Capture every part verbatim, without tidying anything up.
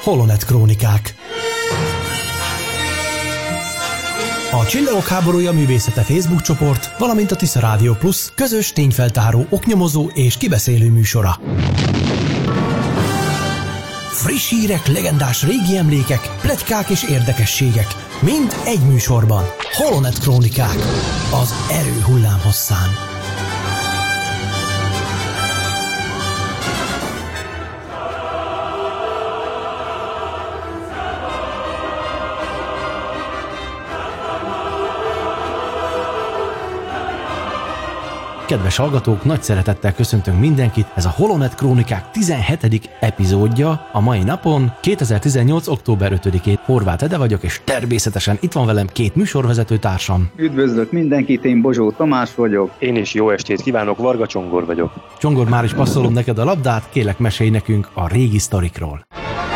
Holonet Krónikák. A Csillagok háborúja művészete Facebook csoport, valamint a Tisza Rádió Plus közös tényfeltáró, oknyomozó és kibeszélő műsora. Friss hírek, legendás régi emlékek, pletykák és érdekességek. Mind egy műsorban. Holonet Krónikák. Az erő hullámhosszán. Kedves hallgatók, nagy szeretettel köszöntünk mindenkit, ez a Holonet Krónikák tizenhetedik epizódja a mai napon, kétezer-tizennyolc. október ötödikén. Horváth Ede vagyok, és természetesen itt van velem két műsorvezető társam. Üdvözlök mindenkit, én Bozsó Tamás vagyok. Én is jó estét kívánok, Varga Csongor vagyok. Csongor, már is passzolom neked a labdát, kérlek mesélj nekünk a régi sztorikról.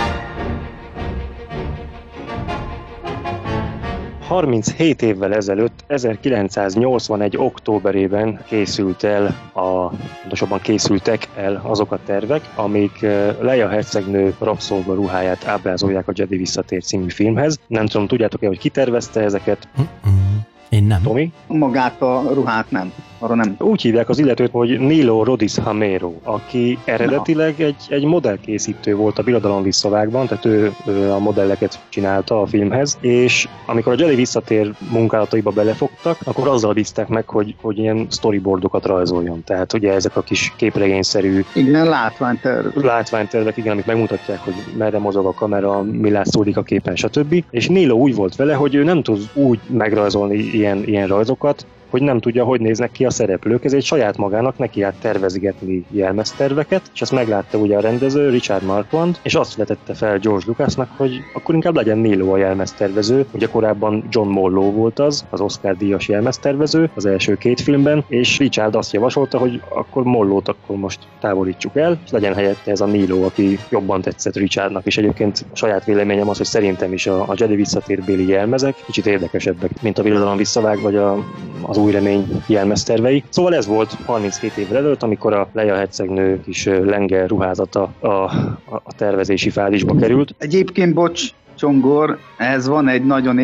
harminchét évvel ezelőtt, ezerkilencszáznyolcvanegy. októberében készült el, a, pontosabban készültek el azok a tervek, amik Leia hercegnő rabszolga ruháját ábrázolják a Jedi Visszatér című filmhez. Nem tudom, tudjátok-e, hogy ki tervezte ezeket? Mm-mm. Én nem. Tomi? Magát a ruhát nem. Arra nem. Úgy hívják az illetőt, hogy Nilo Rodis Hamero, aki eredetileg egy, egy modellkészítő volt a Birodalom visszavágban, tehát ő, ő a modelleket csinálta a filmhez, és amikor a Jedi Visszatér munkálataiba belefogtak, akkor azzal bízták meg, hogy, hogy ilyen storyboardokat rajzoljon. Tehát ugye ezek a kis képregényszerű igen, látványtervek. Látványtervek, igen, amik megmutatják, hogy merre mozog a kamera, mi látszódik a képen, stb. És Nilo úgy volt vele, hogy ő nem tud úgy megrajzolni ilyen, ilyen rajzokat, hogy nem tudja, hogy néznek ki a szereplők, ezért saját magának neki állt tervezgetni jelmezterveket, és ezt meglátta ugye a rendező, Richard Marquand, és azt vetette fel George Lucasnak, hogy akkor inkább legyen Nilo a jelmeztervező. Ugye korábban John Mollo volt az, az Oscar-díjas jelmeztervező az első két filmben, és Richard azt javasolta, hogy akkor Mollót akkor most távolítsuk el, és legyen helyette ez a Nilo, aki jobban tetszett Richardnak, és egyébként a saját véleményem az, hogy szerintem is a, a Jedi Visszatérbéli jelmezek kicsit érdekesebbek, mint a Birodalom visszavág, vagy a, az Új Remény jelmeztervei. Szóval ez volt harminckét évvel előtt, amikor a Leia hercegnő kis lenger ruházata a, a, a tervezési fázisba került. Egyébként, bocs, Csongor, ez van egy nagyon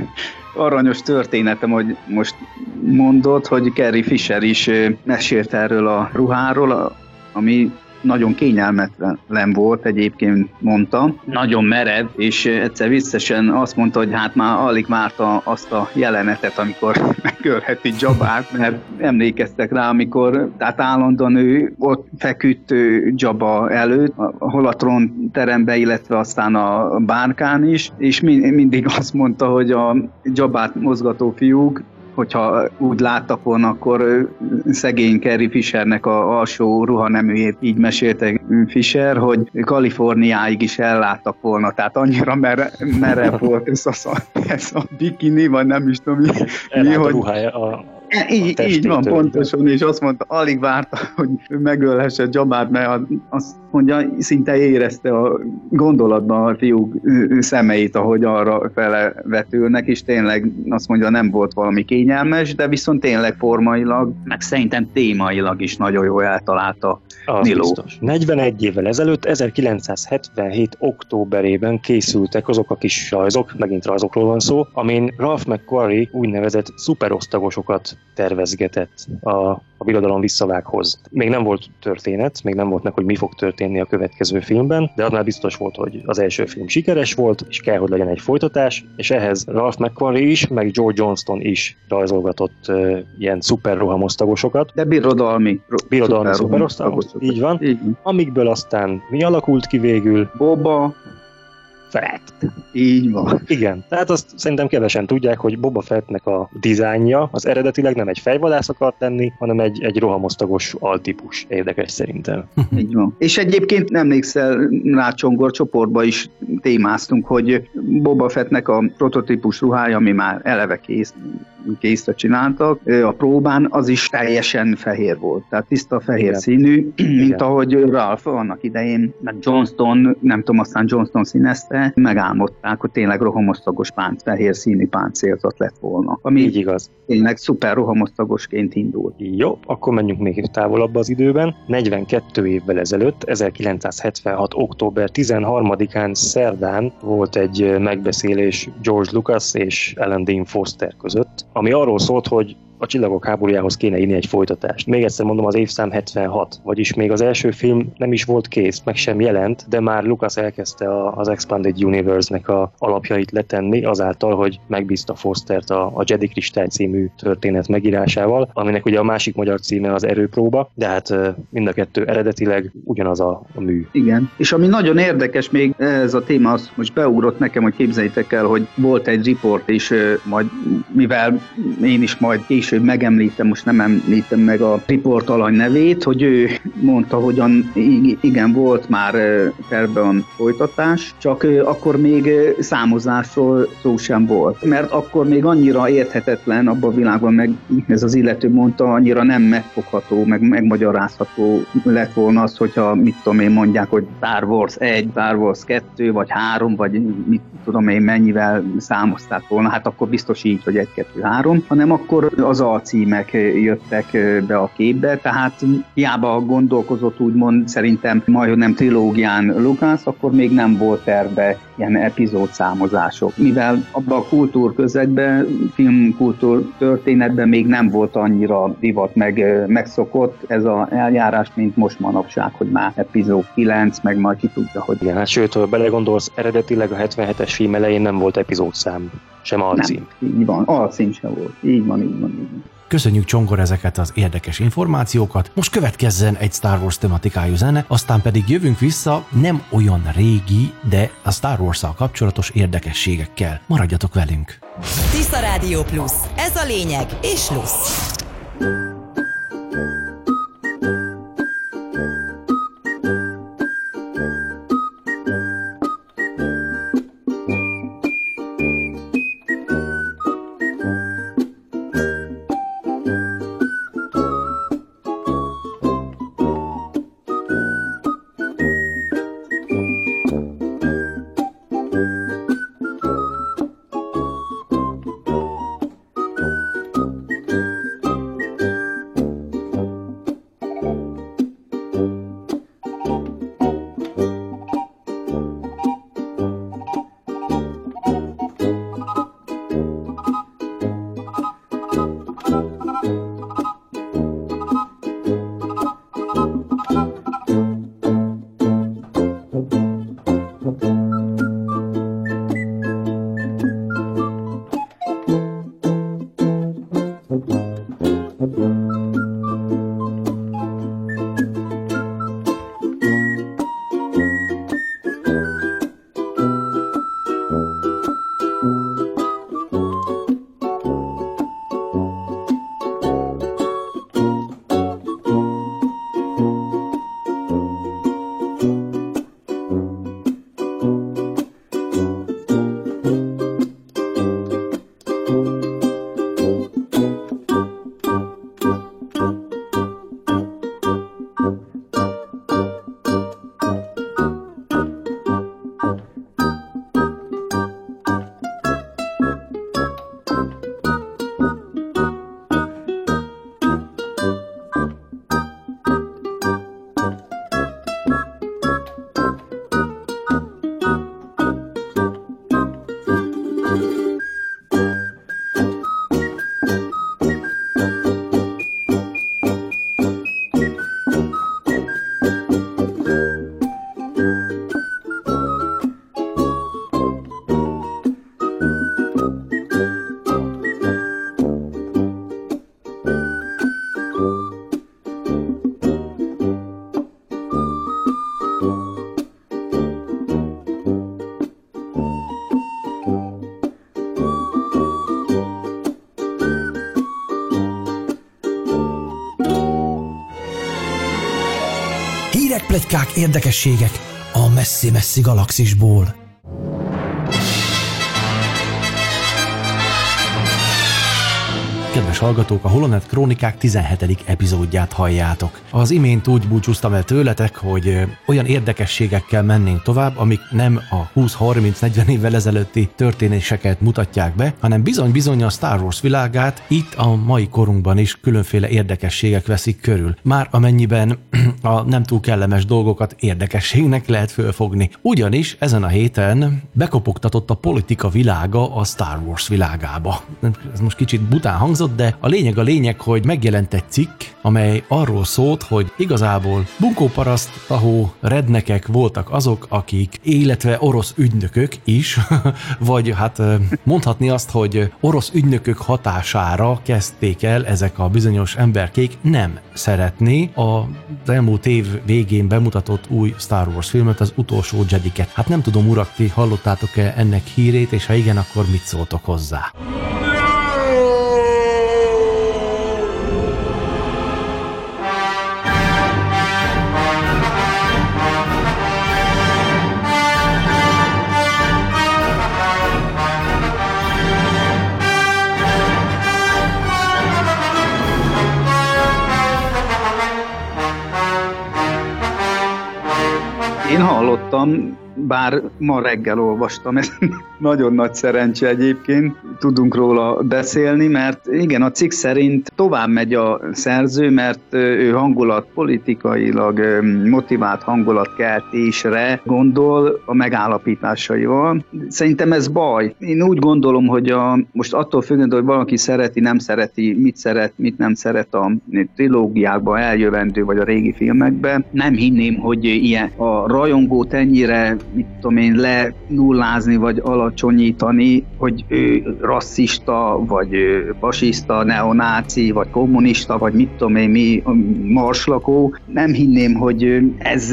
aranyos történetem, hogy most mondod, hogy Carrie Fisher is mesélt erről a ruháról, ami nagyon kényelmetlen volt, egyébként mondta. Nagyon merev, és egyszer viccesen azt mondta, hogy hát már alig várta azt a jelenetet, amikor megölheti Jabát, mert emlékeztek rá, amikor tehát állandóan ő ott feküdt Jabba előtt, hol a trón terembe, illetve aztán a bárkán is, és mindig azt mondta, hogy a Jabát mozgató fiúk, hogyha úgy láttak volna, akkor szegény Carrie Fishernek a alsó ruhaneműjét így mesélte Fisher, hogy Kaliforniáig is elláttak volna, tehát annyira mere, merev volt ez a, ez a bikini, vagy nem is tudom mi. mi hogy... a ruhája a... Így, így van, pontosan, és azt mondta, alig várta, hogy megölhesse Jabát, mert azt mondja, szinte érezte a gondolatban a fiúk szemeit, ahogy arra felevetülnek, és tényleg azt mondja, nem volt valami kényelmes, de viszont tényleg formailag, meg szerintem témailag is nagyon jól eltalálta Nilo. negyvenegy évvel ezelőtt, ezerkilencszázhetvenhét. októberében készültek azok a kis rajzok, megint rajzokról van szó, amin Ralph McQuarrie úgynevezett szuperosztagosokat tervezgetett a, a Birodalom visszavághoz. Még nem volt történet, még nem volt meg, hogy mi fog történni a következő filmben, de annál biztos volt, hogy az első film sikeres volt, és kell, hogy legyen egy folytatás, és ehhez Ralph McQuarrie is, meg George Johnston is rajzolgatott uh, ilyen szuperrohamosztagosokat. De birodalmi. Birodalmi szuperosztagos, így van. Így. Amikből aztán mi alakult ki végül? Boba Fett. Így van. Igen, tehát azt szerintem kevesen tudják, hogy Boba Fettnek a dizájnja az eredetileg nem egy fejvadász akart lenni, hanem egy, egy rohamosztagos altípus. Érdekes szerintem. Így van. És egyébként emlékszel rá, Csongor, csoportba is témáztunk, hogy Boba Fettnek a prototípus ruhája, ami már eleve kész, készre csináltak, a próbán az is teljesen fehér volt, tehát tiszta fehér igen. színű, mint igen. ahogy Ralph annak idején, meg Johnston, nem tudom, aztán Johnston színezte, megálmodták, hogy tényleg rohamosztagos pánc, fehér színű páncélzat lett volna. Ami így igaz. Tényleg szuper rohamosztagosként indult. Jó, akkor menjünk még távolabb az időben. negyvenkettő évvel ezelőtt, ezerkilencszázhetvenhat. október tizenharmadikán szerdán volt egy megbeszélés George Lucas és Alan Dean Foster között, ami arról szólt, hogy a Csillagok háborújához kéne írni egy folytatást. Még egyszer mondom, az évszám hetvenhat, vagyis még az első film nem is volt kész, meg sem jelent, de már Lucas elkezdte az Expanded Universe-nek a alapjait letenni azáltal, hogy megbízta Fostert a, a Jedi Kristály című történet megírásával, aminek ugye a másik magyar címe az Erőpróba, de hát mind a kettő eredetileg ugyanaz a, a mű. Igen, és ami nagyon érdekes még ez a téma, az most beugrott nekem, hogy képzeljétek el, hogy volt egy riport, és majd mivel én is majd később megemlítem, most nem említem meg a riport alany nevét, hogy ő mondta, hogy igen, volt már terben folytatás, csak akkor még számozásról szó sem volt. Mert akkor még annyira érthetetlen abban a világban, meg ez az illető mondta, annyira nem megfogható, meg megmagyarázható lett volna az, hogyha mit tudom én mondják, hogy Star Wars egy, Star Wars kettő, vagy három, vagy mit tudom én mennyivel számozták volna, hát akkor biztos így, hogy egy, kettő, három, hanem akkor az az alcímek jöttek be a képbe, tehát hiába gondolkozott úgymond szerintem majd nem trilógián Lucas, akkor még nem volt terve ilyen epizódszámozások. Mivel abban a kultúrközegben, filmkultúr történetben még nem volt annyira divat, meg megszokott ez az eljárás, mint most manapság, hogy már epizód kilenc, meg majd ki tudja, hogy... Igen, hát sőt, ha belegondolsz, eredetileg a hetvenhetes film elején nem volt epizódszám, sem alcím. Nem, így van, alcím sem volt. Így van, így van, így van. Köszönjük, Csongor, ezeket az érdekes információkat. Most következzen egy Star Wars tematikájú zene, aztán pedig jövünk vissza nem olyan régi, de a Star Wars-szal kapcsolatos érdekességekkel. Maradjatok velünk! Tisza Rádió Plusz. Ez a lényeg és lusz. Hírek, pletykák, érdekességek a messzi-messzi galaxisból. Kedves hallgatók, a Holonet Krónikák tizenhetedik epizódját halljátok. Az imént úgy búcsúztam el tőletek, hogy olyan érdekességekkel mennénk tovább, amik nem a húsz-harminc-negyven évvel ezelőtti történéseket mutatják be, hanem bizony-bizony a Star Wars világát itt a mai korunkban is különféle érdekességek veszik körül. Már amennyiben a nem túl kellemes dolgokat érdekességnek lehet fölfogni. Ugyanis ezen a héten bekopogtatott a politika világa a Star Wars világába. Ez most kicsit bután hangzott, de a lényeg a lényeg, hogy megjelent egy cikk, amely arról szólt, hogy igazából bunkóparaszt, tahó, rednekek voltak azok, akik, illetve orosz ügynökök is, vagy hát mondhatni azt, hogy orosz ügynökök hatására kezdték el ezek a bizonyos emberkék nem szeretni az elmúlt év végén bemutatott új Star Wars filmet, az utolsó Jediket. Hát nem tudom, urak, ti hallottátok-e ennek hírét, és ha igen, akkor mit szóltok hozzá? Én hallottam, bár ma reggel olvastam, ez nagyon nagy szerencse egyébként, tudunk róla beszélni, mert igen, a cikk szerint tovább megy a szerző, mert ő hangulat politikailag motivált hangulatkeltésre gondol a megállapításaival. Szerintem ez baj. Én úgy gondolom, hogy a, most attól függően, hogy valaki szereti, nem szereti, mit szeret, mit nem szeret a trilógiákban, eljövendő vagy a régi filmekben, nem hinném, hogy ilyen a rajongót ennyire, mit tudom én, lenullázni vagy alacsonyítani, hogy ő rasszista, vagy fasiszta, neonáci, vagy kommunista, vagy mit tudom én, mi marslakó. Nem hinném, hogy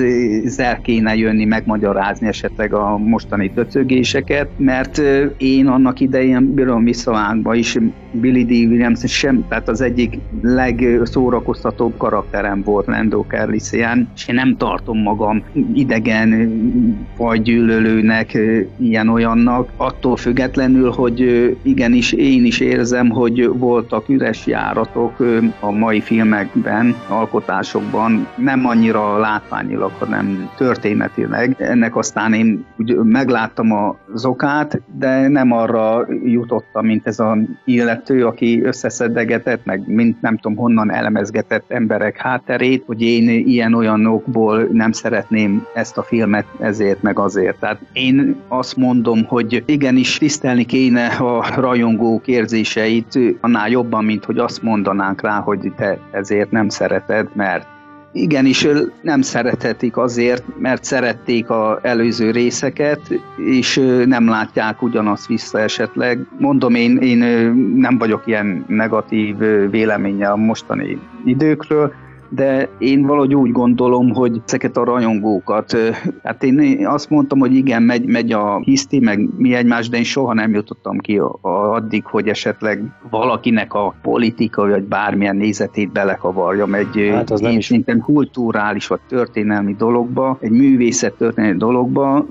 ezzel kéne jönni megmagyarázni esetleg a mostani döcögéseket, mert én annak idején bírom visszavágva is Billy Dee Williams sem, tehát az egyik legszórakoztatóbb karakterem volt Lando Calrissian, és én nem tartom magam idegen fajgyűlölőnek, ilyen-olyannak, attól függetlenül, hogy igenis én is érzem, hogy voltak üres járatok a mai filmekben, alkotásokban, nem annyira látványilag, hanem történetileg. Ennek aztán én úgy megláttam az okát, de nem arra jutottam, mint ez az illető, aki összeszedegetett, meg mint nem tudom honnan elemezgetett emberek hátterét, hogy én ilyen-olyan okból nem szeretném ezt a filmet ezért meg azért. Tehát én azt mondom, hogy igenis tisztelni kéne a rajongók érzéseit annál jobban, mint hogy azt mondanánk rá, hogy te ezért nem szereted, mert igenis nem szerethetik azért, mert szerették az előző részeket, és nem látják ugyanazt vissza esetleg. Mondom, én, én nem vagyok ilyen negatív véleménye a mostani időkről, de én valahogy úgy gondolom, hogy ezeket a rajongókat, hát én azt mondtam, hogy igen, megy, megy a hiszti, meg mi egymás, de én soha nem jutottam ki a, a, addig, hogy esetleg valakinek a politika, vagy bármilyen nézetét belekavarjam egy hát az én szinten kulturális, vagy történelmi dologba, egy művészet történelmi dologba.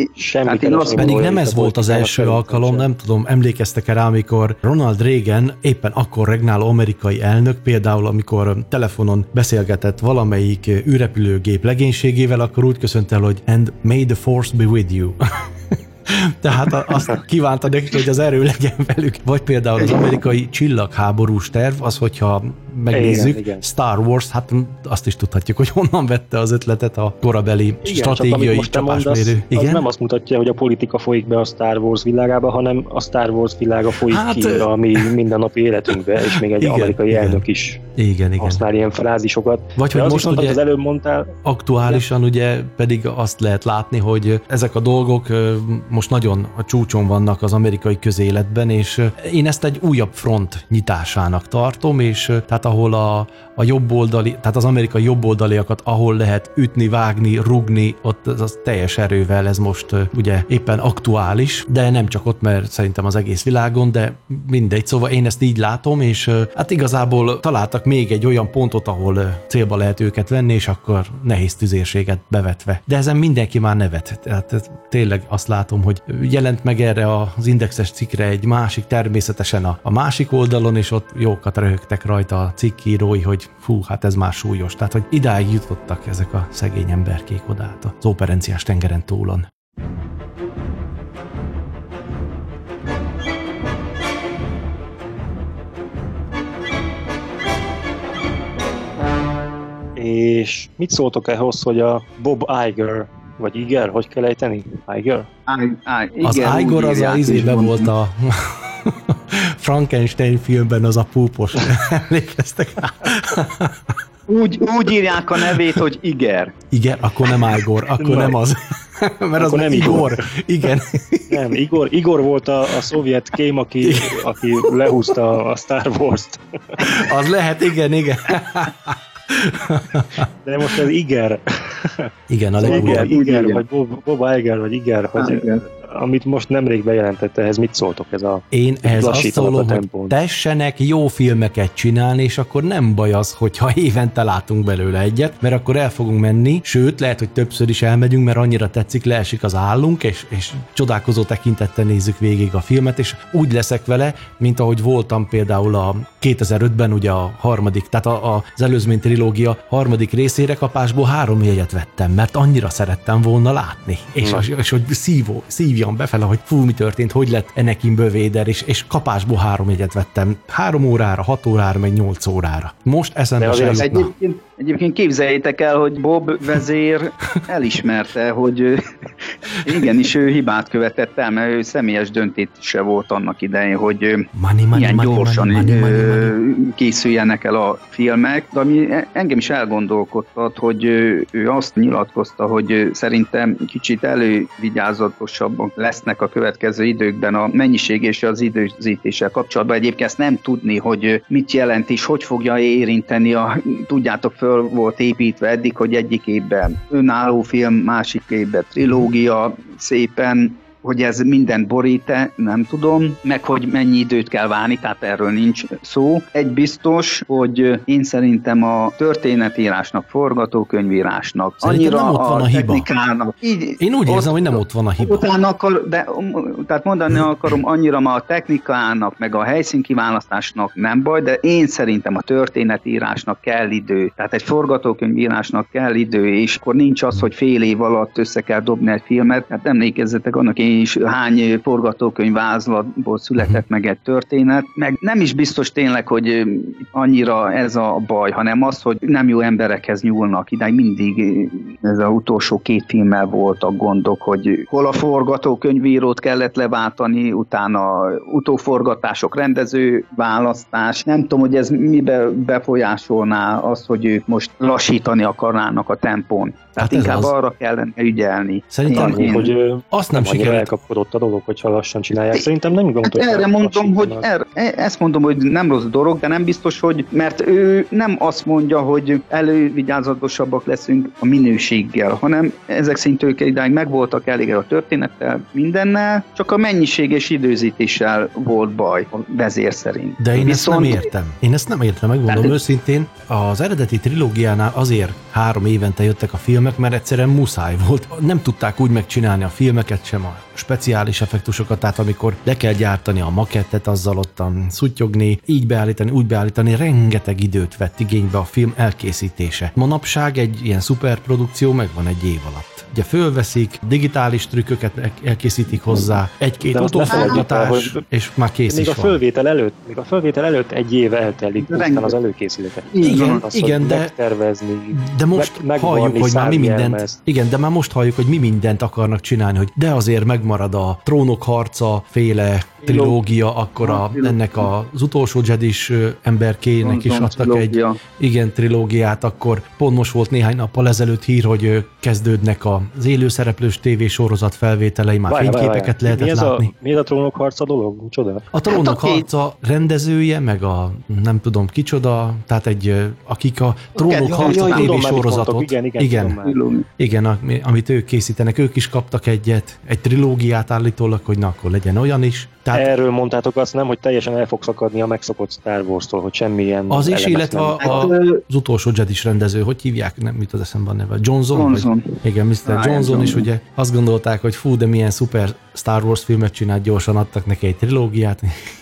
Hát én azt pedig nem ez volt az első alkalom, nem tudom, emlékeztek-e rá, amikor Ronald Reagan, éppen akkor regnáló amerikai elnök, például amikor telefonon beszélgetett valamelyik űrrepülőgép legénységével, akkor úgy köszönt el, hogy and may the force be with you. Tehát azt kívánta neki, hogy az erő legyen velük. Vagy például az amerikai csillagháborús terv, az, hogyha megnézzük, igen, igen. Star Wars, hát azt is tudhatjuk, hogy honnan vette az ötletet a korabeli igen, stratégiai csapásmérő. Igen, az nem azt mutatja, hogy a politika folyik be a Star Wars világába, hanem a Star Wars világa folyik hát, ki a mi mindennapi életünkbe, és még egy igen, amerikai igen. elnök is igen, igen. használ ilyen frázisokat. Vagy hogy most mondtad, ugye az előbb mondtál, aktuálisan ugye pedig azt lehet látni, hogy ezek a dolgok most nagyon a csúcson vannak az amerikai közéletben, és én ezt egy újabb front nyitásának tartom, és tehát ahol a, a jobboldali, tehát az amerikai jobboldaliakat, ahol lehet ütni, vágni, rugni, ott az, az teljes erővel ez most ugye éppen aktuális, de nem csak ott, mert szerintem az egész világon, de mindegy, szóval én ezt így látom, és hát igazából találtak még egy olyan pontot, ahol célba lehet őket venni, és akkor nehéz tüzérséget bevetve. De ezen mindenki már nevet, tehát tényleg azt látom, hogy jelent meg erre az indexes cikkre egy másik, természetesen a, a másik oldalon, és ott jókat röhögtek rajta a cikkírói, hogy fú, hát ez már súlyos. Tehát, hogy idáig jutottak ezek a szegény emberkék odát az operenciás tengeren túlon. És mit szóltok ehhoz, hogy a Bob Iger, vagy Iger, hogy kell ejteni? Iger? I, I, az igen, Iger az a izében volt a Frankenstein filmben, az a púpos. Emlékeztek rá? Úgy, úgy írják a nevét, hogy Iger. Igen, akkor nem Igor, akkor nem az. Mert akkor az nem Igor. Igor. Igen. Nem, Igor, Igor volt a, a szovjet kém, aki, aki lehúzta a Star Wars-t. Az lehet, igen, igen. De most az Iger. Igen, a legújabb. Iger, Iger, vagy Bob, Bob Iger, vagy Iger, hogy, igen. Amit most nemrég bejelentette, ehhez mit szóltok? Ez a Én ehhez azt szólom, hogy tessenek jó filmeket csinálni, és akkor nem baj az, hogyha évente látunk belőle egyet, mert akkor el fogunk menni, sőt, lehet, hogy többször is elmegyünk, mert annyira tetszik, leesik az állunk, és, és csodálkozó tekintettel nézzük végig a filmet, és úgy leszek vele, mint ahogy voltam például a kétezer-ötben, ugye a harmadik, tehát a, a, az előzmény trilógia harmadik részére kapásból három jegyet vettem, mert annyira szerettem volna látni, és, és, és hogy szívó, szívjam befele, hogy fú, mi történt, hogy lett Anakin Bövéder, és, és kapásból három jegyet vettem. Három órára, hat órára, meg nyolc órára. Most eszembe sem jutna. Egyébként, egyébként képzeljétek el, hogy Bob vezér elismerte, hogy igenis ő hibát követett el, mert ő személyes döntése volt annak idején, hogy money, money, ilyen money, gyorsan money, money, money, money. készüljenek el a filmek, de ami engem is elgondolkodtat, hogy ő azt nyilatkozta, hogy szerintem kicsit elővigyázatosabbak lesznek a következő időkben a mennyiség és az időzítéssel kapcsolatban. Egyébként ezt nem tudni, hogy mit jelent és hogy fogja érinteni a, tudjátok, föl volt építve eddig, hogy egyik évben önálló film, másik évben trilógia, szépen, hogy ez mindent borít-e, nem tudom, meg hogy mennyi időt kell várni, tehát erről nincs szó. Egy biztos, hogy én szerintem a történetírásnak, forgatókönyvírásnak, szerintem annyira nem ott van a, a technikának. Így, én úgy érzem, hogy nem ott van a hiba. Utána akar, de, tehát mondani akarom, annyira ma a technikának, meg a helyszínkiválasztásnak nem baj, de én szerintem a történetírásnak kell idő. Tehát egy forgatókönyvírásnak kell idő, és akkor nincs az, hogy fél év alatt össze kell dobni egy filmet. Hát emlékezzetek annak én is, hány forgatókönyv vázlatból született meg egy történet, meg nem is biztos tényleg, hogy annyira ez a baj, hanem az, hogy nem jó emberekhez nyúlnak. Idáig mindig ez az utolsó két filmmel voltak gondok, hogy hol a forgatókönyvírót kellett leváltani, utána utóforgatások, rendező választás. Nem tudom, hogy ez mibe befolyásolná az, hogy ők most lassítani akarnának a tempón. Tehát hát inkább az... arra kellene ügyelni. Szerintem, én, hogy én... azt nem sikerült. Elkapkodott a dolog, hogyha lassan csinálják. Szerintem nem gondolom, hát erre mondom, hogy erre, ezt mondom, hogy nem rossz dolog, de nem biztos, hogy mert ő nem azt mondja, hogy elővigyázatosabbak leszünk a minőséggel, hanem ezek szerint ők idáig meg voltak elég a történettel, mindennel, csak a mennyiség és időzítéssel volt baj a vezér szerint. De én Viszont... ezt nem értem. Én ezt nem értem, megmondom de... őszintén. Az eredeti trilógiánál azért három évente jöttek a filmek, mert egyszerűen muszáj volt. Nem tudták úgy megcsinálni a filmeket, sem a speciális effektusokat, tehát amikor le kell gyártani a makettet, azzal ottan szuttyogni, így beállítani, úgy beállítani, rengeteg időt vett igénybe a film elkészítése. Manapság egy ilyen szuperprodukció megvan egy év alatt. Ugye fölveszik, digitális trükköket elkészítik hozzá, egy-két utóforgatás, és már kész még is a van. Fölvétel előtt, még a fölvétel előtt egy év eltelik utána az előkészületek. Igen, az, igen, de, megtervezni, de most meg, halljuk, hogy már mi mindent, igen, de már most halljuk, hogy mi mindent akarnak csinálni, hogy de azért megmarad a Trónok harca féle trilógia, akkor a, ennek az utolsó Jedis emberkének is adtak egy igen trilógiát, akkor pont most volt néhány nappal ezelőtt hír, hogy kezdődnek az élőszereplős tévésorozat felvételei, már várja, fényképeket várja. lehetett mi ez látni. A, mi ez a Trónok harca dolog? Csoda? A Trónok hát harca rendezője, meg a nem tudom kicsoda, tehát egy, akik a Trónok harca tévésorozatot, igen, igen, igen, igen, igen, amit ők készítenek, ők is kaptak egyet, egy trilógiát, trilógiát állítólag, hogy na, akkor legyen olyan is. Tehát erről mondtátok azt nem, hogy teljesen el fog szakadni a megszokott Star Wars-tól, hogy semmilyen az is, illetve a, a, az utolsó Jedi-s rendező, hogy hívják, nem mit az eszembe a neve, Johnson? Johnson. Vagy, igen, miszter Ryan Johnson, Johnson is ugye azt gondolták, hogy fú, de milyen szuper Star Wars filmet csinált, gyorsan adtak neki egy trilógiát.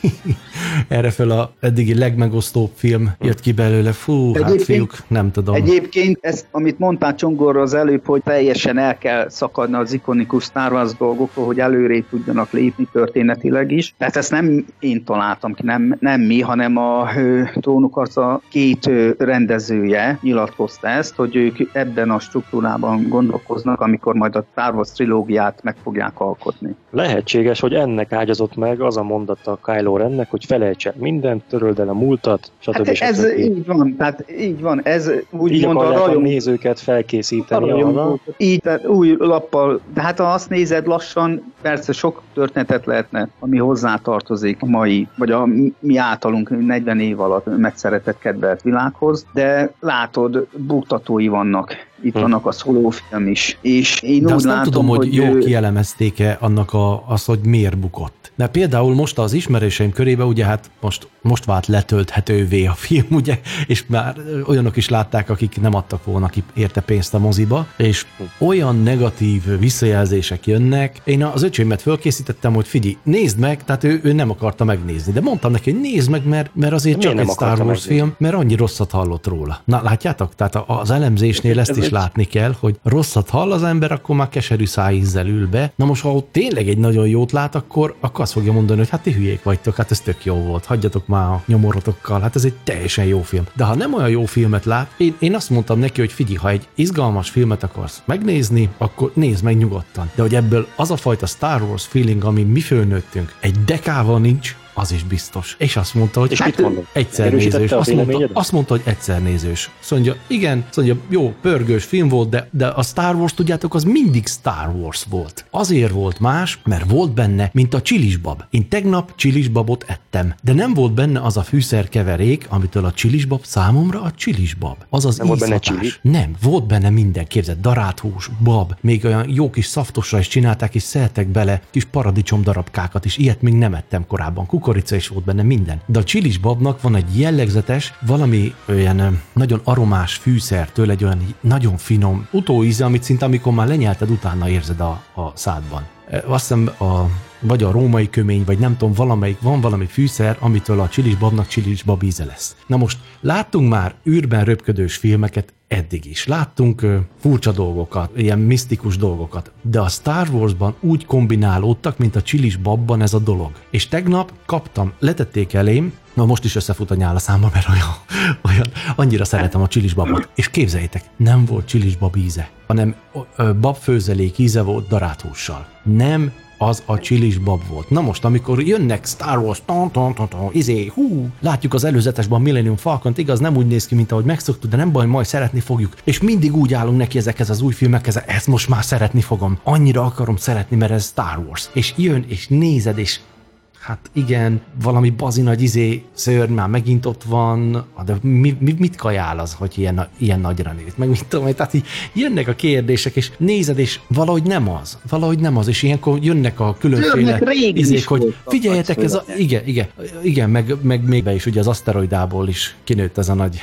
Erre fel a eddigi legmegosztóbb film jött ki belőle. Fú, hát fiúk, nem tudom. Egyébként ezt, amit mondtál Csongorra az előbb, hogy teljesen el kell szakadni az ikonikus Star Wars dolgokról, hogy előrébb tudjanak lépni történetileg is. Tehát ezt nem én találtam ki, nem, nem mi, hanem a Trónokharca két rendezője nyilatkozta ezt, hogy ők ebben a struktúrában gondolkoznak, amikor majd a Star Wars trilógiát meg fogják alkotni. Lehetséges, hogy ennek ágyazott meg az a mondata a Kylo Rennek, hogy felejtse mindent, töröld el a múltat, stb. Hát ez stb. Így van, tehát így van, ez úgy így mond a rajong... a nézőket felkészíteni arra. Így, tehát új lappal, de hát ha azt nézed lassan, persze sok történetet lehetne, ami hozzátartozik a mai, vagy a mi általunk negyven év alatt megszeretett kedvelt világhoz, de látod, buktatói vannak. Itt hm. vannak a szólófilm is. És én de úgy azt látom, nem tudom, hogy, hogy jól ő... kielemezték-e annak a, az, hogy miért bukott. De például most az ismerőseim körébe, ugye hát most, most vált letölthetővé a film, ugye, és már olyanok is látták, akik nem adtak volna ki érte pénzt a moziba, és olyan negatív visszajelzések jönnek. Én az öcsémet fölkészítettem, hogy figyelj, nézd meg, tehát ő, ő nem akarta megnézni, de mondtam neki, hogy nézd meg, mert, mert azért csak egy Star Wars film, mert annyi rosszat hallott róla. Na, látjátok? Tehát az elemzésnél ezt is látni kell, hogy rosszat hall az ember, akkor már keserű szájízzel ül be. Na most, ha ott tényleg egy nagyon jót lát, akkor, akkor azt fogja mondani, hogy hát ti hülyék vagytok, hát ez tök jó volt, hagyjatok már a nyomorotokkal, hát ez egy teljesen jó film. De ha nem olyan jó filmet lát, én, én azt mondtam neki, hogy figyelj, ha egy izgalmas filmet akarsz megnézni, akkor nézd meg nyugodtan. De hogy ebből az a fajta Star Wars feeling, ami mi fölnőttünk, egy dekával nincs, az is biztos. És azt mondta, hogy hát egyszer nézős. Azt mondta, azt mondta, hogy egyszer nézős. Azt mondja, igen, azt mondja, jó, pörgős film volt, de, de a Star Wars, tudjátok, az mindig Star Wars volt. Azért volt más, mert volt benne, mint a csilisbab. Én tegnap csilisbabot ettem, de nem volt benne az a fűszerkeverék, amitől a csilisbab számomra a csilisbab. Az az nem volt benne csili? Nem, volt benne minden, képzeld, daráthús, bab, még olyan jó kis szaftosra is csinálták, és szeltek bele kis paradicsom darabkákat is. Ilyet még nem ettem korábban. Kukorica is volt benne, minden. De a csilisbabnak van egy jellegzetes, valami olyan nagyon aromás fűszertől, egy olyan nagyon finom utóíze, amit szinte amikor már lenyelted, utána érzed a, a szádban. Azt hiszem a vagy a római kömény, vagy nem tudom, valamelyik, van valami fűszer, amitől a csilisbabnak csilisbab íze lesz. Na most láttunk már űrben röpködős filmeket eddig is. Láttunk ö, furcsa dolgokat, ilyen misztikus dolgokat, de a Star Warsban úgy kombinálódtak, mint a csilisbabban ez a dolog. És tegnap kaptam, letették elém, na most is összefut a nyál a számba, mert olyan, olyan, annyira szeretem a csilisbabot. És képzeljétek, nem volt csilisbab íze, hanem ö, babfőzelék íze volt daráthússal. Nem az a csilisbab volt. Na most, amikor jönnek Star Wars, ton, ton, ton, ton, izé, hú, látjuk az előzetesben a Millennium Falcont, igaz, nem úgy néz ki, mint ahogy megszoktuk, de nem baj, majd szeretni fogjuk. És mindig úgy állunk neki ezekhez az új filmekhez, ezt most már szeretni fogom. Annyira akarom szeretni, mert ez Star Wars. És jön, és nézed, és hát igen, valami bazi nagy izé szörny már megint ott van, de mi, mi, mit kajál az, hogy ilyen, ilyen nagyra nőtt? Meg mit tudom, tehát így jönnek a kérdések, és nézed, és valahogy nem az, valahogy nem az, és ilyenkor jönnek a különféle izék, hogy figyeljetek, ez a, igen, igen, igen, meg, meg még be is ugye az aszteroidából is kinőtt ez a nagy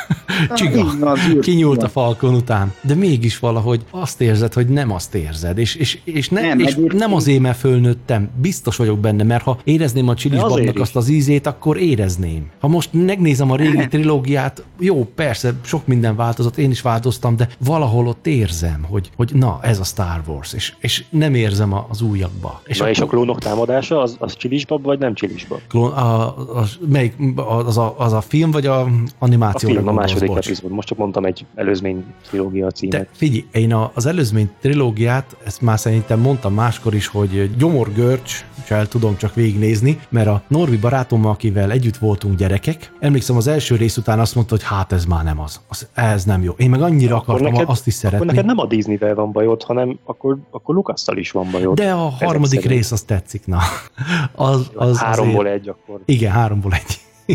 csiga, kinyúlt a Falcon után, de mégis valahogy azt érzed, hogy nem azt érzed, és, és, és, ne, nem, és nem azért, mert fölnőttem, biztos vagyok benne, mert ha érezném a csilisbabnak azt az ízét, akkor érezném. Ha most megnézem a régi trilógiát, jó, persze, sok minden változott, én is változtam, de valahol ott érzem, hogy, hogy na, ez a Star Wars, és, és nem érzem az újakba. És, na akkor, és a klónok támadása, az, az csilisbab, vagy nem csilisbab? Klón, a, a, melyik, az, a, az a film, vagy a animációra? A film, a második epizód. Most csak mondtam egy előzmény trilógia címet. De figyelj, én az előzmény trilógiát, ezt már szerintem mondtam máskor is, hogy gyomorgörcs, és el tudom csak végignézni, mert a Norvi barátommal, akivel együtt voltunk gyerekek, emlékszem az első rész után azt mondta, hogy hát ez már nem az. az ez nem jó. Én meg annyira akkor akartam neked, azt is szeretni. Akkor neked nem a Disneyvel van bajod, hanem akkor, akkor Lucasszal is van bajod. De a harmadik szerint. rész az tetszik, na. Az, az háromból azért... egy akkor. Igen, háromból egy.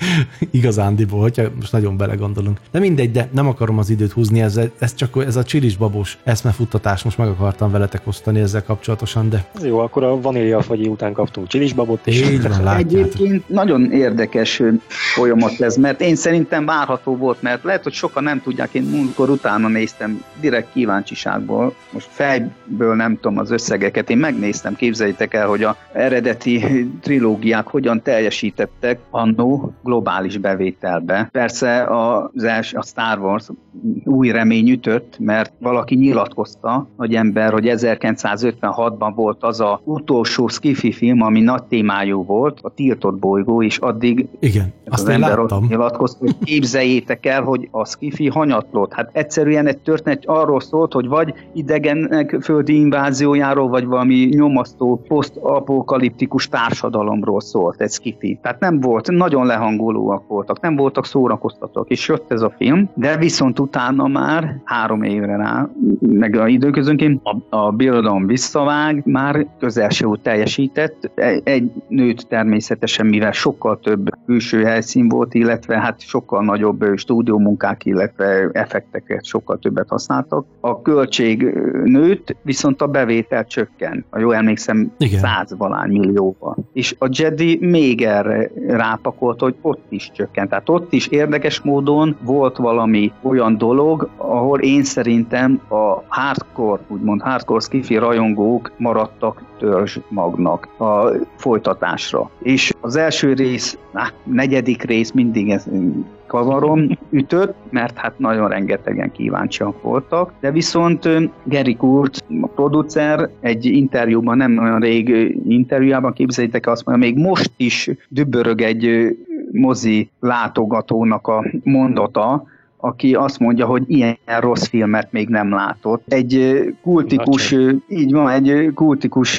Igazándiból, hogyha most nagyon belegondolunk. De mindegy, de nem akarom az időt húzni, ez, ez csak ez a csilisbabos eszmefuttatás, most meg akartam veletek osztani ezzel kapcsolatosan, de... Jó, akkor a vaníliafagyi után kaptunk csilisbabot is. Így van, látjátok. Egyébként nagyon érdekes folyamat ez, mert én szerintem várható volt, mert lehet, hogy sokan nem tudják, én múltkor utána néztem direkt kíváncsiságból, most fejből nem tudom az összegeket, én megnéztem, képzeljétek el, hogy a eredeti trilógiák hogyan teljesítettek annó globális bevételbe. Persze az els, a Star Wars új remény ütött, mert valaki nyilatkozta, hogy ember, hogy ezerkilencszázötvenhatban volt az a utolsó sci-fi film, ami nagy témájú volt, a Tiltott bolygó, és addig igen, azt az én ember láttam. ott nyilatkozta, hogy képzeljétek el, hogy a sci-fi hanyatlott. Hát egyszerűen egy történet arról szólt, hogy vagy idegenek földi inváziójáról, vagy valami nyomasztó posztapokaliptikus társadalomról szólt egy sci-fi. Tehát nem volt, nagyon lehangolóak voltak, nem voltak szórakoztatók, és jött ez a film, de viszont utána már három évre rá, meg a időközönként a, a birodalom visszavág, már közel se úgy teljesített. Egy, egy nőt természetesen, mivel sokkal több külső helyszín volt, illetve hát sokkal nagyobb stúdiómunkák, illetve effekteket sokkal többet használtak. A költség nőtt, viszont a bevétel csökken. Ha jól emlékszem, százvalány millióval. És a Jedi még erre rápakolt, hogy ott is csökkent. Tehát ott is érdekes módon volt valami olyan dolog, ahol én szerintem a hardcore, úgymond hardcore sci-fi rajongók maradtak törzs magnak a folytatásra. És az első rész, á, negyedik rész mindig ez kavarom ütött, mert hát nagyon rengetegen kíváncsiak voltak, de viszont Gary Kurtz, a producer, egy interjúban, nem olyan rég interjújában, képzeljétek, azt mondja, még most is dübörög egy mozi látogatónak a mondata, aki azt mondja, hogy ilyen rossz filmet még nem látott. Egy kultikus, így van, egy kultikus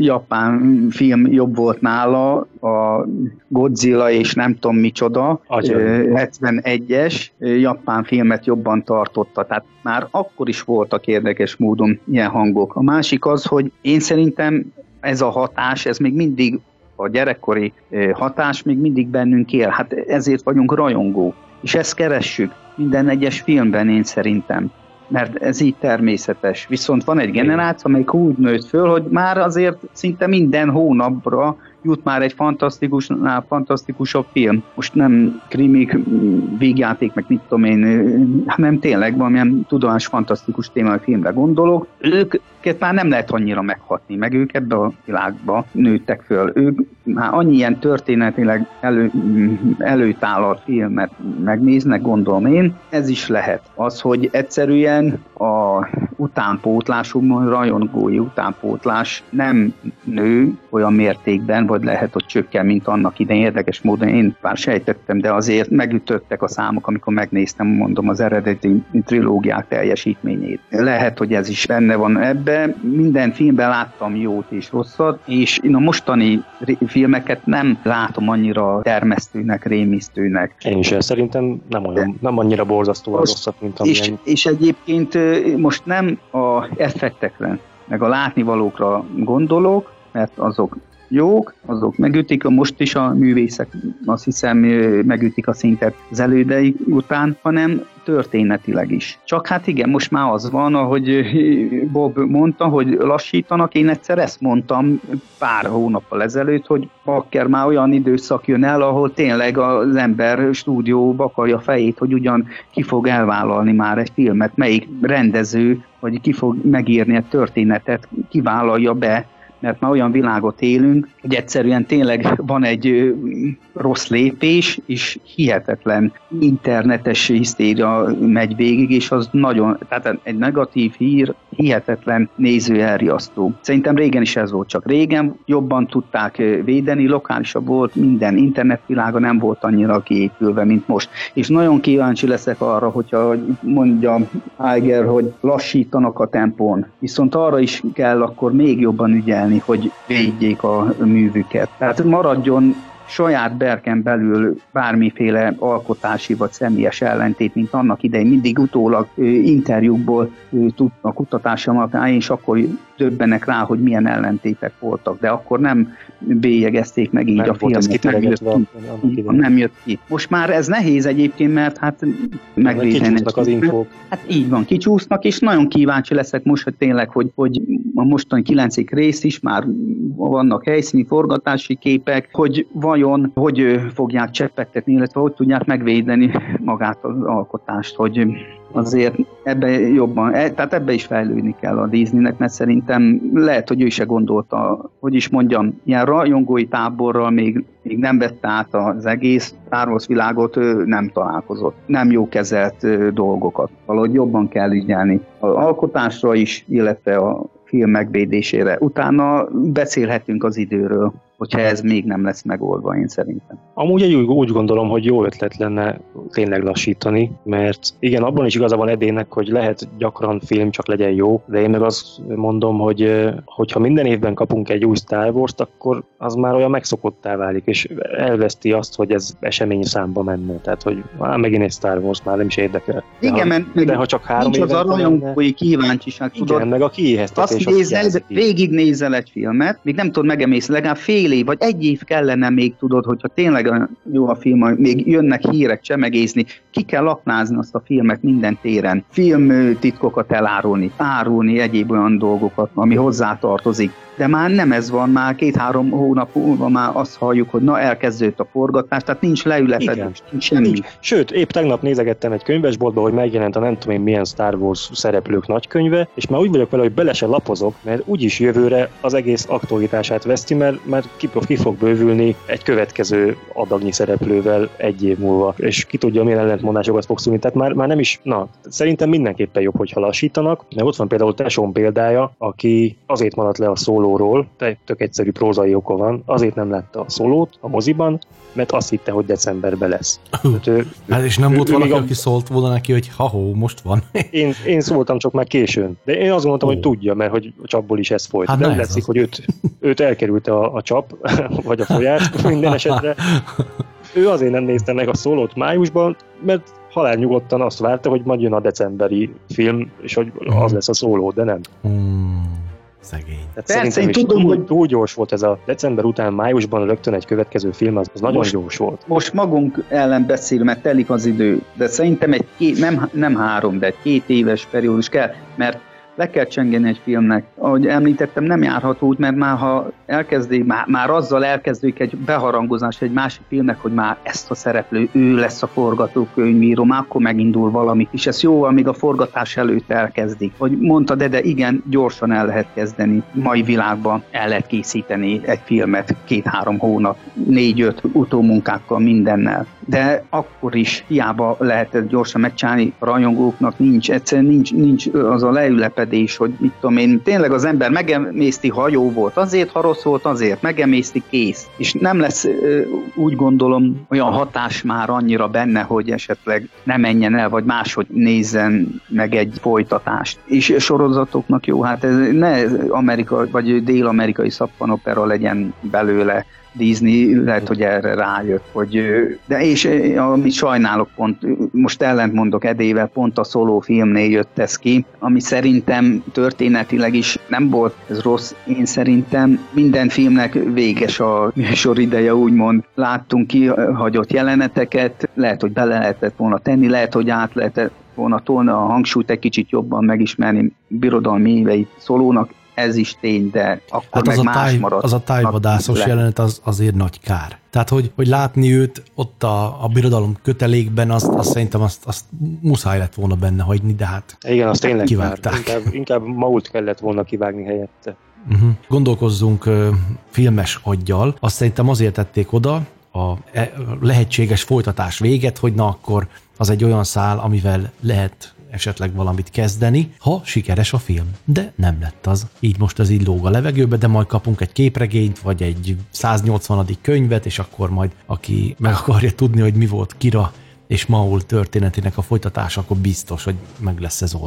japán film jobb volt nála, a Godzilla és nem tudom micsoda, hetvenegyes japán filmet jobban tartotta, tehát már akkor is voltak érdekes módon ilyen hangok. A másik az, hogy én szerintem ez a hatás, ez még mindig a gyerekkori hatás még mindig bennünk él, hát ezért vagyunk rajongók, és ezt keressük minden egyes filmben, én szerintem, mert ez így természetes. Viszont van egy generáció, amelyik úgy nőtt föl, hogy már azért szinte minden hónapra jut már egy fantasztikusnál fantasztikusabb film. Most nem krimik, vígjáték, meg mit tudom én, hanem tényleg valamilyen tudományos fantasztikus témájú filmre gondolok. Őket már nem lehet annyira meghatni, meg ők ebbe a világba nőttek föl. Ők már annyi ilyen történetileg elő, előtállalt filmet megnéznek, gondolom én. Ez is lehet. Az, hogy egyszerűen a utánpótlás, úgymond rajongói utánpótlás nem nő olyan mértékben, vagy lehet, hogy csökken, mint annak idején. Érdekes módon én már sejtettem, de azért megütöttek a számok, amikor megnéztem, mondom, az eredeti trilógiák teljesítményét. Lehet, hogy ez is benne van ebbe. Minden filmben láttam jót és rosszat, és én a mostani filmeket nem látom annyira termesztőnek, rémisztőnek. Én is szerintem nem, olyan, nem annyira borzasztóan rosszat, mint amilyen... És, és egyébként most nem a effektekre, meg a látnivalókra gondolok, mert azok jók, azok megütik, most is a művészek, azt hiszem, megütik a szintet az elődeik után, hanem történetileg is. Csak hát igen, most már az van, ahogy Bob mondta, hogy lassítanak, én egyszer ezt mondtam pár hónappal ezelőtt, hogy bakker, már olyan időszak jön el, ahol tényleg az ember stúdióba akarja a fejét, hogy ugyan ki fog elvállalni már egy filmet, melyik rendező, vagy ki fog megírni egy történetet, kivállalja be, mert már olyan világot élünk, hogy egyszerűen tényleg van egy rossz lépés, és hihetetlen internetes hisztéria megy végig, és az nagyon, tehát egy negatív hír, hihetetlen néző elriasztó. Szerintem régen is ez volt, csak régen jobban tudták védeni, lokálisabb volt, minden internetvilága nem volt annyira kiépülve, mint most. És nagyon kíváncsi leszek arra, hogyha mondja Iger, hogy lassítanak a tempón. Viszont arra is kell akkor még jobban ügyelni, hogy védjék a művüket. Tehát maradjon saját berken belül bármiféle alkotási vagy személyes ellentét, mint annak idején mindig utólag interjúkból a kutatásom alapján, és akkor döbbenek rá, hogy milyen ellentétek voltak, de akkor nem bélyegezték meg így nem a filmet, nem jött, ki, nem jött ki. Most már ez nehéz egyébként, mert hát megvédeni. Az infók. Hát így van, kicsúsznak, és nagyon kíváncsi leszek most, hogy tényleg, hogy, hogy a mostani kilencedik rész is már vannak helyszíni forgatási képek, hogy vajon hogy fogják csepegtetni, illetve hogy tudják megvédeni magát az alkotást, hogy azért ebbe jobban, tehát ebbe is fejlődni kell a Disneynek, mert szerintem lehet, hogy ő se gondolta, hogy is mondjam, ilyen rajongói táborral még, még nem vette át az egész Star Wars világot, ő nem találkozott, nem jó kezelt dolgokat. Valahogy jobban kell ügyelni az alkotásra is, illetve a film megvédésére. Utána beszélhetünk az időről, hogyha ez még nem lesz megoldva, én szerintem. Amúgy úgy, úgy gondolom, hogy jó ötlet lenne tényleg lassítani, mert igen, abban is igaza van Edének, hogy lehet gyakran film, csak legyen jó, de én meg azt mondom, hogy hogyha minden évben kapunk egy új Star Wars-t, akkor az már olyan megszokottá válik, és elveszti azt, hogy ez esemény számba menne. Tehát, hogy már megint egy Star Wars már nem is érdekel. De igen, ha, mert de ha csak három nincs az a rajongói kíváncsiság, tudod. Igen, meg a kiéheztetés. Azt nézel, végignézel egy filmet, még nem tudod megemészni, legalább fél év, vagy egy év kellene még, tudod, hogyha tényleg jó a film, még jönnek hírek csemegészni, ki kell aknázni azt a filmet minden téren, filmtitkokat elárulni, árulni egyéb olyan dolgokat, ami hozzátartozik. De már nem ez van, már két-három hónap múlva már azt halljuk, hogy na elkezdődött a forgatás, tehát nincs leülepedés, nincs semmi. Nincs. Sőt, épp tegnap nézegettem egy könyvesboltba, hogy megjelent a nem tudom én milyen Star Wars szereplők nagykönyve, és már úgy vagyok vele, hogy bele se lapozok, mert úgyis jövőre az egész aktualitását veszti, mert, mert ki, ki fog bővülni egy következő adagnyi szereplővel egy év múlva, és ki tudja, milyen ellentmondásokat fog szülni. Tehát már, már nem is, na, szerintem mindenképpen jobb, hogyha lassítanak, mert ott van például Tesson példája, aki azért maradt le a szólóról, tök egyszerű prózai oka van, azért nem látta a szólót a moziban, mert azt hitte, hogy decemberben lesz. Hát, ő, hát és nem ő, volt ő valaki, a... aki szólt volna neki, hogy ha-hó, most van. én, én szóltam csak már későn, de én azt gondoltam, oh. hogy tudja, mert hogy a csapból is ez folyt. Hát nem látszik, hogy őt, őt elkerülte a, a csap, vagy a folyás minden esetre. Ő azért nem nézte meg a szólót májusban, mert halálnyugodtan azt várta, hogy majd jön a decemberi film, és hogy az lesz a szóló, de nem. Hmm. Szegény. Persze, én tudom, túl, hogy túl gyors volt ez a december után, májusban rögtön egy következő film, az, az nagyon most, gyors volt. Most magunk ellen beszél, mert telik az idő, de szerintem egy két, nem, nem három, de egy két éves periódus kell, mert le kell csengeni egy filmnek. Ahogy említettem, nem járhat úgy, mert már ha elkezdik, már, már azzal elkezdődik egy beharangozás egy másik filmnek, hogy már ezt a szereplő, ő lesz a forgatókönyvíró, már akkor megindul valami, és ez jó, amíg a forgatás előtt elkezdik. Hogy mondta, de, de igen, gyorsan el lehet kezdeni. Mai világban el lehet készíteni egy filmet két-három hónap, négy-öt utómunkákkal, mindennel. De akkor is hiába lehet gyorsan megcsinálni, a rajongóknak nincs, egyszerűen nincs, nincs az a leülepedés, hogy mit tudom én, tényleg az ember megemészti, ha jó volt azért, ha rossz volt azért, megemészti, kész. És nem lesz, úgy gondolom, olyan hatás már annyira benne, hogy esetleg ne menjen el, vagy máshogy nézzen meg egy folytatást. És sorozatoknak jó, hát ez ne Amerika, vagy dél-amerikai szappanopera legyen belőle. Disney lehet, hogy erre rájött, hogy, de és amit sajnálok pont, most ellentmondok Edével, pont a Solo filmnél jött ez ki, ami szerintem történetileg is nem volt ez rossz, én szerintem minden filmnek véges a műsorideje, úgymond láttunk kihagyott jeleneteket, lehet, hogy bele lehetett volna tenni, lehet, hogy át lehetett volna tolni a hangsúlyt egy kicsit jobban megismerni birodalmi éveit Szolónak, ez is tény, de akkor hát meg az más táj, maradt. Az a tájvadászos jelenet az azért nagy kár. Tehát, hogy, hogy látni őt ott a, a birodalom kötelékben, azt, azt szerintem azt, azt muszáj lett volna benne hagyni, de hát igen, azt tényleg kivágták. Inkább, inkább Mault kellett volna kivágni helyette. Uh-huh. Gondolkozzunk uh, filmes aggyal. Azt szerintem azért tették oda a lehetséges folytatás véget, hogy na akkor az egy olyan szál, amivel lehet esetleg valamit kezdeni, ha sikeres a film. De nem lett az. Így most az így lóg a levegőbe, de majd kapunk egy képregényt, vagy egy száznyolcvanadik könyvet, és akkor majd, aki meg akarja tudni, hogy mi volt Kira és Maul történetének a folytatása, akkor biztos, hogy meg lesz ez oldva.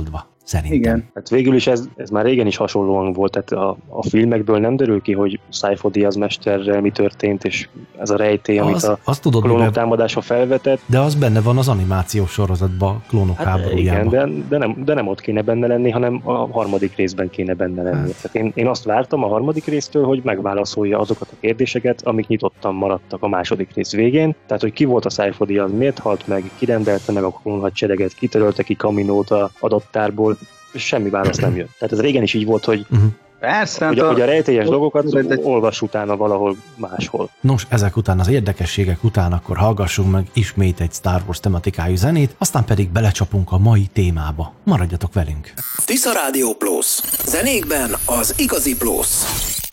szerintem. Igen. Hát végül is ez, ez már régen is hasonlóan volt, tehát a, a filmekből nem derül ki, hogy Sifo Dyas mesterrel mi történt, és ez a rejtély, amit az, a tudod, klónok támadása felvetett. De az benne van az animációs sorozatban, Klónok Hát háborújában. igen, de, de, nem, de nem ott kéne benne lenni, hanem a harmadik részben kéne benne lenni. Hát. Tehát én, én azt vártam a harmadik résztől, hogy megválaszolja azokat a kérdéseket, amik nyitottan maradtak a második rész végén. Tehát, hogy ki volt a Sifo Dyas, miért halt meg, ki rendelte meg a klónhadsereget, kitörölte ki Kaminót a adottárból, semmi válasz nem jött. Tehát ez régen is így volt, hogy, uh-huh. Persze, hogy, a, hogy a rejtélyes dolgokat de... olvass utána valahol máshol. Nos, ezek után, az érdekességek után akkor hallgassunk meg ismét egy Star Wars tematikájú zenét, aztán pedig belecsapunk a mai témába. Maradjatok velünk! Tisza Rádió Plus. Zenékben az igazi plusz.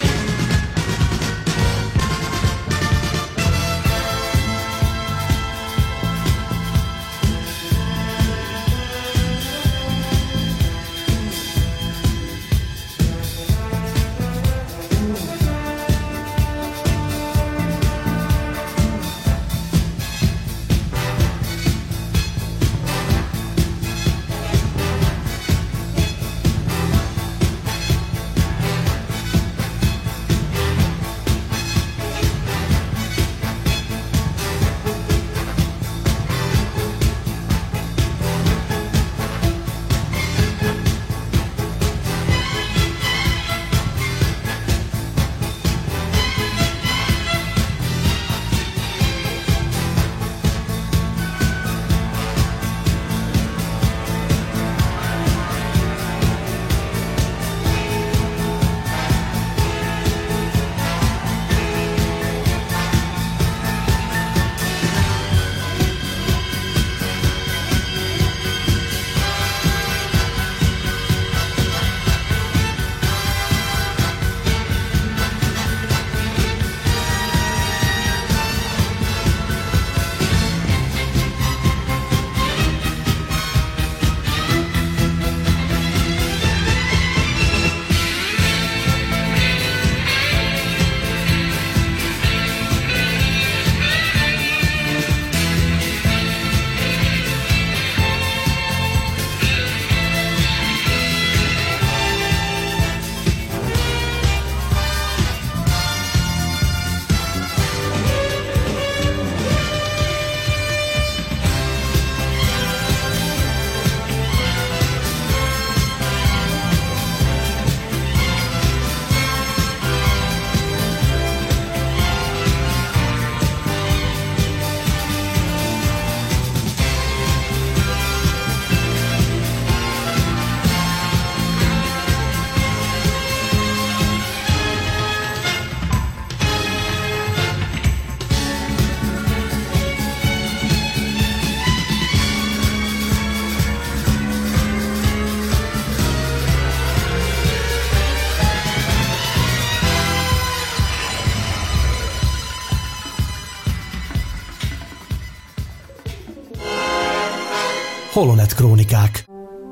Holonet Krónikák.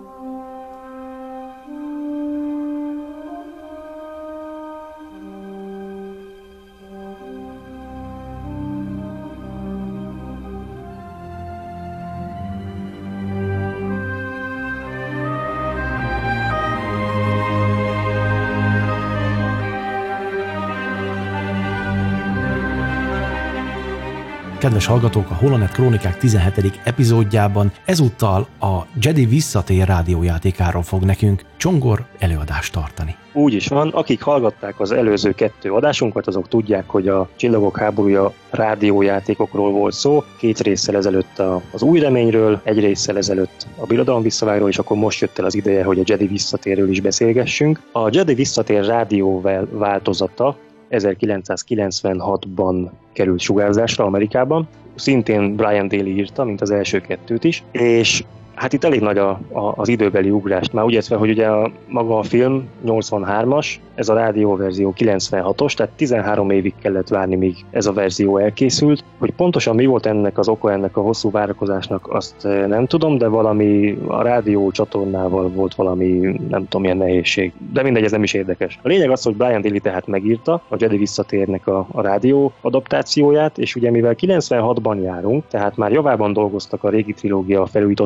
Kedves hallgatók, a Holonet Krónikák tizenhetedik epizódjában ezúttal a Jedi Visszatér rádiójátékáról fog nekünk Csongor előadást tartani. Úgy is van, akik hallgatták az előző kettő adásunkat, azok tudják, hogy a Csillagok háborúja rádiójátékokról volt szó, két résszel ezelőtt a, az Új reményről, egy résszel ezelőtt a Birodalom visszavágról, és akkor most jött el az ideje, hogy a Jedi Visszatérről is beszélgessünk. A Jedi Visszatér rádió változata ezerkilencszázkilencvenhatban került sugárzásra Amerikában. Szintén Brian Daley írta, mint az első kettőt is, és hát itt elég nagy a, a, az időbeli ugrást. Már úgy értve, hogy ugye a, maga a film nyolcvanhármas, ez a rádióverzió kilencvenhatos, tehát tizenhárom évig kellett várni, míg ez a verzió elkészült. Hogy pontosan mi volt ennek az oka, ennek a hosszú várakozásnak, azt nem tudom, de valami a rádió csatornával volt valami, nem tudom, milyen nehézség. De mindegy, ez nem is érdekes. A lényeg az, hogy Brian Daley tehát megírta a Jedi Visszatérnek a, a rádió adaptációját, és ugye mivel kilencvenhatban járunk, tehát már javában dolgoztak a régi trilógia felújított változatán,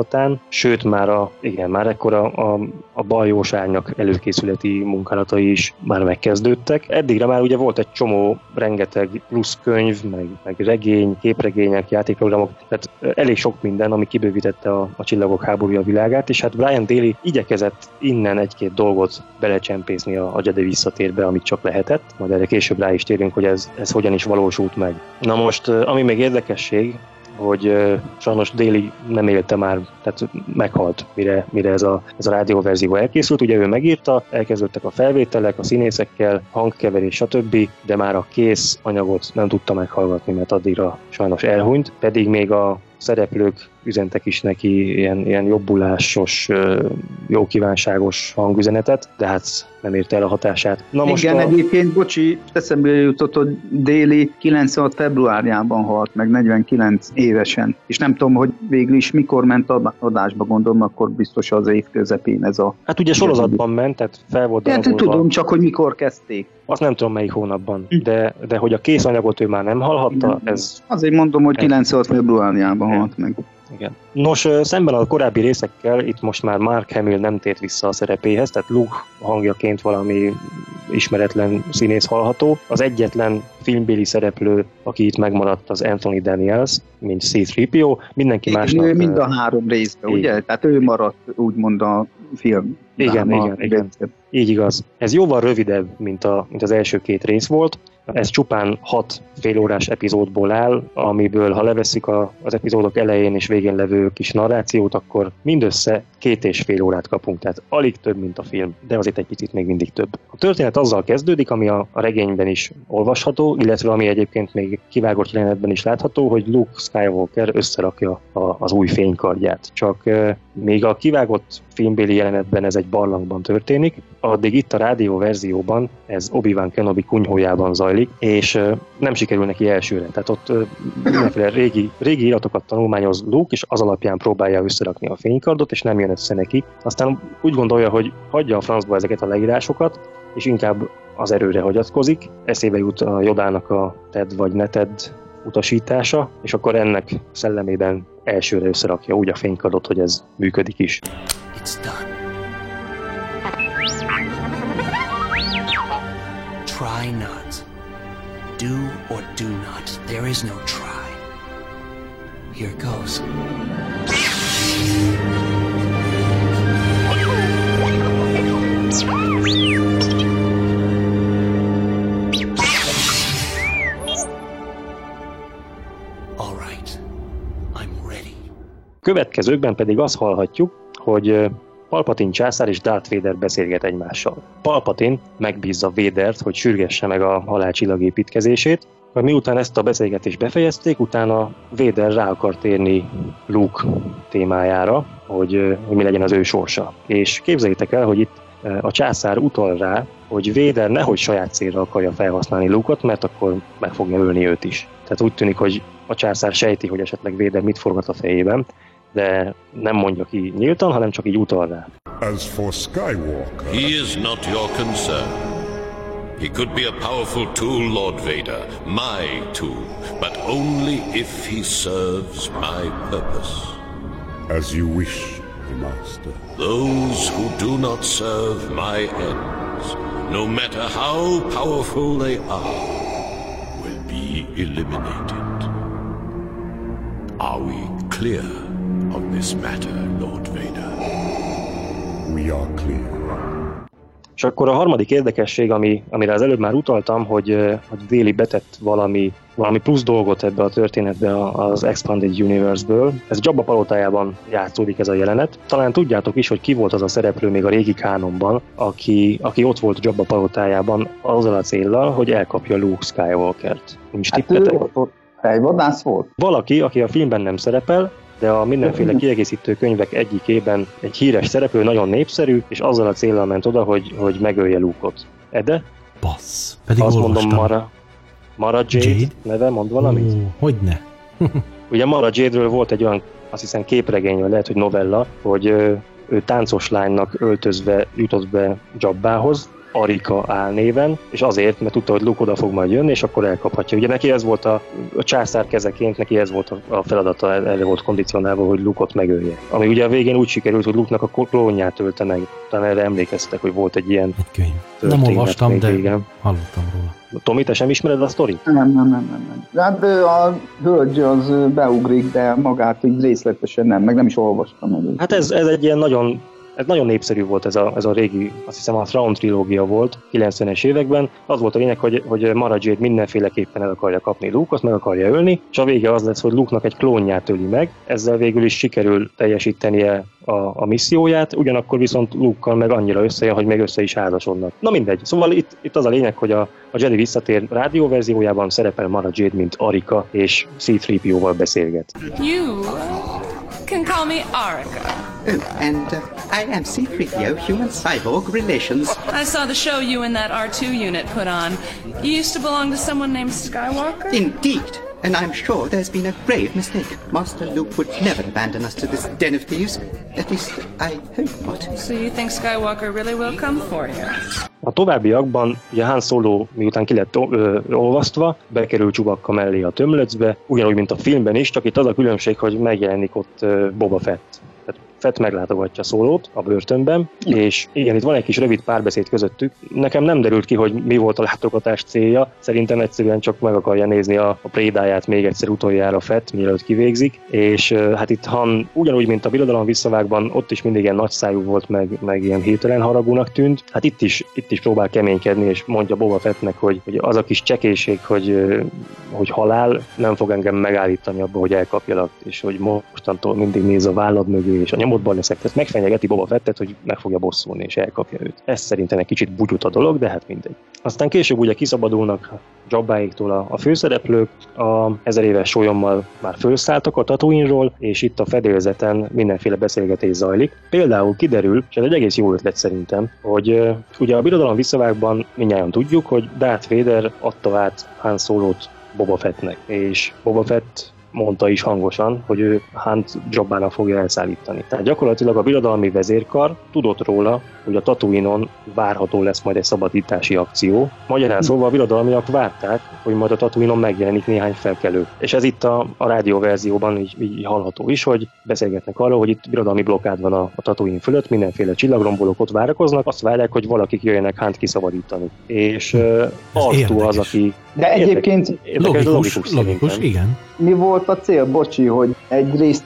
sorozatán, sőt már a, igen, már ekkor a, a, a Baljós árnyak előkészületi munkálatai is már megkezdődtek. Eddigre már ugye volt egy csomó, rengeteg plusz könyv, meg, meg regény, képregények, játékprogramok, tehát elég sok minden, ami kibővítette a, a Csillagok háborúja világát, és hát Brian Daley igyekezett innen egy-két dolgot belecsempészni a, a Jedi visszatérbe, amit csak lehetett, majd erre később rá is térünk, hogy ez, ez hogyan is valósult meg. Na most, ami még érdekesség, hogy uh, sajnos Daley nem élte már, tehát meghalt, mire, mire ez, a, ez a rádióverzió elkészült. Ugye ő megírta, elkezdődtek a felvételek a színészekkel, hangkeverés, stb., de már a kész anyagot nem tudta meghallgatni, mert addigra sajnos elhunyt, pedig még a szereplők üzentek is neki ilyen, ilyen jobbulásos, jókívánságos hangüzenetet, de hát nem érte el a hatását. Na most igen, a... egyébként, bocsi, eszembe jutott, hogy Daley kilencvenhat februárjában halt meg, negyvenkilenc évesen, és nem tudom, hogy végül is mikor ment adásba, gondolom, akkor biztos az év közepén ez a... Hát ugye sorozatban ment, tehát fel volt darabolva. Hát tudom, csak hogy mikor kezdték. Azt nem tudom melyik hónapban, de, de hogy a kész anyagot ő már nem hallhatta, igen. Ez... Azért mondom, hogy kilencvenhat februárjában halt meg. Igen. Nos, szemben a korábbi részekkel itt most már Mark Hamill nem tért vissza a szerepéhez, tehát Luke hangjaként valami ismeretlen színész hallható. Az egyetlen filmbéli szereplő, aki itt megmaradt, az Anthony Daniels, mint cé három pé o. Mindenki igen, másnak... Ő mind a három részben, ugye? Tehát ő maradt úgymond a film. Igen, igen, igen. Így igaz. Ez jóval rövidebb, mint, a, mint az első két rész volt. Ez csupán hat félórás epizódból áll, amiből, ha levesszük a, az epizódok elején és végén levő kis narrációt, akkor mindössze két és fél órát kapunk, tehát alig több, mint a film, de azért egy picit még mindig több. A történet azzal kezdődik, ami a, a regényben is olvasható, illetve ami egyébként még kivágott jelenetben is látható, hogy Luke Skywalker összerakja a, az új fénykardját. Csak e, még a kivágott filmbéli jelenetben ez egy barlangban történik, addig itt a rádió verzióban ez Obi-Wan Kenobi kunyhójában zajlik, és uh, nem sikerül neki elsőre. Tehát ott uh, mindenféle régi, régi iratokat tanulmányoz Luke, és az alapján próbálja összerakni a fénykardot, és nem jön össze neki. Aztán úgy gondolja, hogy hagyja a francba ezeket a leírásokat, és inkább az erőre hagyatkozik. Eszébe jut a Yodának a tedd vagy ne tedd utasítása, és akkor ennek szellemében elsőre összerakja úgy a fénykardot, hogy ez működik is. It's done. Try not. Do or do not. There is no try. Here goes. All right. I'm ready. Következőkben pedig azt hallhatjuk, hogy Palpatine császár és Darth Vader beszélget egymással. Palpatine megbízza Vadert, hogy sürgesse meg a halál csillagépítkezését, majd miután ezt a beszélgetést befejezték, utána Vader rá akar térni Luke témájára, hogy, hogy mi legyen az ő sorsa. És képzeljétek el, hogy itt a császár utal rá, hogy Vader nehogy saját célra akarja felhasználni Luke-ot, mert akkor meg fogja ölni őt is. Tehát úgy tűnik, hogy a császár sejti, hogy esetleg Vader mit forgat a fejében, de nem mondja ki nyíltan, hanem csak így utal rá. As for Skywalker, he is not your concern. He could be a powerful tool, Lord Vader, my tool, but only if he serves my purpose. As you wish, Master. Those who do not serve my ends, no matter how powerful they are, will be eliminated. Are we clear on this matter, Lord Vader? We are clear. És akkor a harmadik érdekesség, ami, amire az előbb már utaltam, hogy, hogy Daley betett valami, valami plusz dolgot ebbe a történetbe az Expanded Universe-ből. Ez Jabba palotájában játszódik ez a jelenet. Talán tudjátok is, hogy ki volt az a szereplő még a régi kánonban, aki, aki ott volt Jabba palotájában azzal a céllal, hogy elkapja Luke Skywalkert. Nincs hát tippetek? Ő ott fejvadász volt? Valaki, aki a filmben nem szerepel, de a mindenféle kiegészítő könyvek egyikében egy híres szereplő, nagyon népszerű, és azzal a céllal ment oda, hogy, hogy megölje Luke-ot. Ede? Bassz. Pedig azt olvastam. mondom, Mara, Mara Jade, Jade neve, mond valamit? Ó, hogyne. Ugye Mara Jade-ről volt egy olyan, azt hiszem képregény, vagy lehet, hogy novella, hogy ő, ő táncos lánynak öltözve jutott be Jabbához, Arika álnéven, és azért, mert tudta, hogy Luke oda fog majd jönni, és akkor elkaphatja. Ugye neki ez volt a, a császár kezeként, neki ez volt a, a feladata, erre volt kondicionálva, hogy Luke-ot megölje. Ami ugye a végén úgy sikerült, hogy Luke-nak a klónját ölte meg. Talán erre emlékeztek, hogy volt egy ilyen egy könyv. Nem olvastam, de régen. Hallottam róla. Tomi, te sem ismered a sztorit? Nem, nem, nem, nem. nem. Hát a hölgy az beugrik, de magát így részletesen nem, meg nem is olvastam meg. Hát ez, ez egy ilyen nagyon Ez nagyon népszerű volt ez a, ez a régi, azt hiszem a Thrawn trilógia volt kilencvenes években. Az volt a lényeg, hogy, hogy Mara Jade mindenféleképpen el akarja kapni Luke-ot, meg akarja ölni, és a vége az lesz, hogy Luke-nak egy klónját öli meg. Ezzel végül is sikerül teljesítenie a, a misszióját, ugyanakkor viszont Luke-kal meg annyira összejön, hogy még össze is házasodnak. Na mindegy, szóval itt, itt az a lényeg, hogy a, a Jedi visszatér rádióverziójában szerepel Mara Jade, mint Arika, és C három P O-val beszélget. You can call me Arika. Oh, and uh, I am C three P O, human-cyborg relations. I saw the show you and that R two unit put on. You used to belong to someone named Skywalker? Indeed, and I'm sure there's been a grave mistake. Master Luke would never abandon us to this den of thieves. At least, I hope not. So you think Skywalker really will come for you? A továbbiakban ugye Han Solo, miután ki lett ö, olvasztva, bekerül Chewbacca mellé a tömlöcbe, ugyanúgy, mint a filmben is, csak itt az a különbség, hogy megjelenik ott ö, Boba Fett. Fett meglátogatja Szólót a börtönben, és igen, itt van egy kis rövid párbeszéd közöttük. Nekem nem derült ki, hogy mi volt a látogatás célja. Szerintem egyszerűen csak meg akarja nézni a, a prédáját még egyszer utoljára Fett, mielőtt kivégzik. És hát itt Han ugyanúgy, mint a Birodalom visszavágban, ott is mindig ilyen nagyszájú volt, meg, meg ilyen hirtelen haragúnak tűnt. Hát itt is, itt is próbál keménykedni, és mondja Boba Fettnek, hogy, hogy az a kis csekélység, hogy, hogy halál nem fog engem megállítani abba, hogy elkapjalak, és hogy mostantól mindig néz a vállad mögé, és a nyomodban leszek. Tehát megfenyegeti Boba Fettet, hogy meg fogja bosszulni, és elkapja őt. Ez szerintem egy kicsit bugyut a dolog, de hát mindegy. Aztán később ugye kiszabadulnak Jabbáéktól a, a főszereplők, a ezer éves sólyommal már felszálltak a Tatooine-ról, és itt a fedélzeten mindenféle beszélgetés zajlik. Például kiderül, és ez egy egész jó ötlet szerintem, hogy uh, ugye a Birodalom visszavágban mindnyájan tudjuk, hogy Darth Vader adta át Han Solót Boba Fettnek, és Boba Fett mondta is hangosan, hogy ő Hunt Jabbának fogja elszállítani. Tehát gyakorlatilag a birodalmi vezérkar tudott róla, hogy a Tatooine-on várható lesz majd egy szabadítási akció. Magyarán szóval a birodalmiak várták, hogy majd a Tatooine-on megjelenik néhány felkelő. És ez itt a, a rádióverzióban így, így hallható is, hogy beszélgetnek arról, hogy itt birodalmi blokkád van a, a Tatooine fölött, mindenféle csillagrombolók ott várakoznak, azt várják, hogy valakik jöjjenek Hunt kiszabadítani. És uh, Artu az, aki... De egyébként érdekes, logikus, logikus, logikus igen. Mi volt a cél, bocsi, hogy egyrészt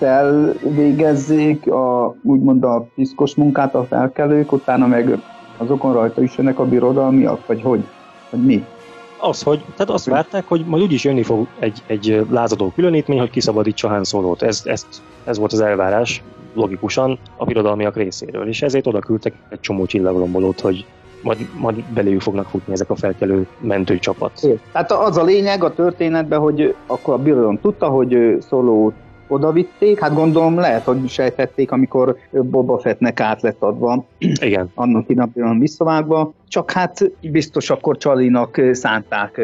elvégezzék a, úgymond a piszkos munkát a felkelők, utána meg azokon rajta is jönnek a birodalmiak, vagy hogy? Vagy mi? Az, hogy, tehát azt várták, hogy majd úgyis jönni fog egy, egy lázadó különítmény, hogy kiszabadítsa Han Solót. Ez, ez, ez volt az elvárás logikusan a birodalmiak részéről, és ezért oda küldtek egy csomó csillagrombolót, hogy majd, majd beléjük fognak futni ezek a felkelő mentőcsapat. Tehát az a lényeg a történetben, hogy akkor a birodalom tudta, hogy Solót odavitték, hát gondolom lehet, hogy sejtették, amikor Boba Fettnek át lett adva. Igen. Annak idnapján visszavágva, csak hát biztos akkor Csalinak szánták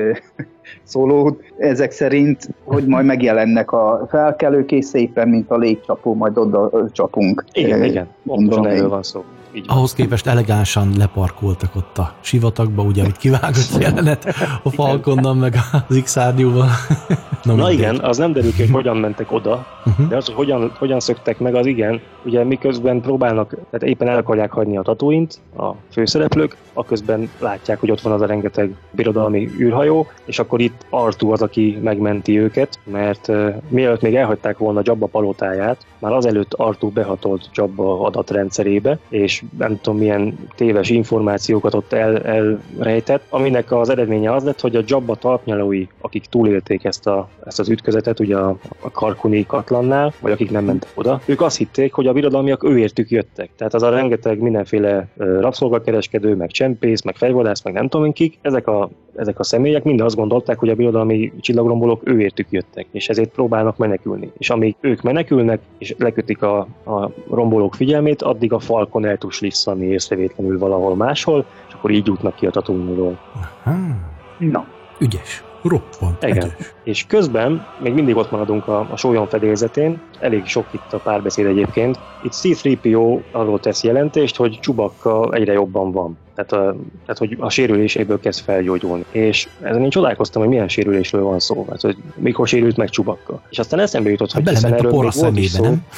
Solót, ezek szerint, hogy majd megjelennek a felkelők, és szépen, mint a légcsapó, majd oda csapunk. Igen, igen, pontosan erről van szó. Így van. Ahhoz képest elegánsan leparkoltak ott a sivatagba, ugye, amit kivágott jelenet a Falconnal, meg az X-árnyúval. Na, Na igen, az nem derül ki, hogy hogyan mentek oda, uh-huh. de az, hogy hogyan, hogyan szöktek meg, az igen. Ugye miközben próbálnak, tehát éppen el akarják hagyni a Tatooine-t, a főszereplők, aközben látják, hogy ott van az a rengeteg birodalmi űrhajó, és akkor itt Artu az, aki megmenti őket, mert uh, mielőtt még elhagyták volna Jabba palotáját, már azelőtt Artu behatolt Jabba adatrendszerébe, és nem tudom milyen téves információkat ott el, elrejtett, aminek az eredménye az lett, hogy a Jabba talpnyalói, akik túlélték ezt, a, ezt az ütközetet, ugye a, a Karkuni katlannál, vagy akik nem mentek oda, ők azt hitték, hogy a birodalmiak őértük jöttek. Tehát az a rengeteg mindenféle rabszolgakereskedő, meg csempész, meg fejvadász, meg nem tudom kik, ezek a, ezek a személyek mind azt gondolták, hogy a birodalmi csillagrombolók őértük jöttek, és ezért próbálnak menekülni. És amíg ők menekülnek, és lekötik a, a rombolók figyelmét, addig a Falcon el tud slisszani észrevétlenül valahol máshol, és akkor így jutnak ki a Tatooine-ról. Aha. Na. Ügyes. Roppant. Igen. Egyes. És közben még mindig ott maradunk a, a sólyon fedélzetén, elég sok itt a párbeszéd egyébként. Itt cé három pé o arról tesz jelentést, hogy Chewbacca egyre jobban van. Tehát, a, tehát hogy a sérüléséből kezd felgyógyulni. És ezen én csodálkoztam, hogy milyen sérülésről van szó. Hát, hogy mikor sérült meg Chewbacca. És aztán eszembe jutott, hogy hiszen erről még volt is szó. Nem?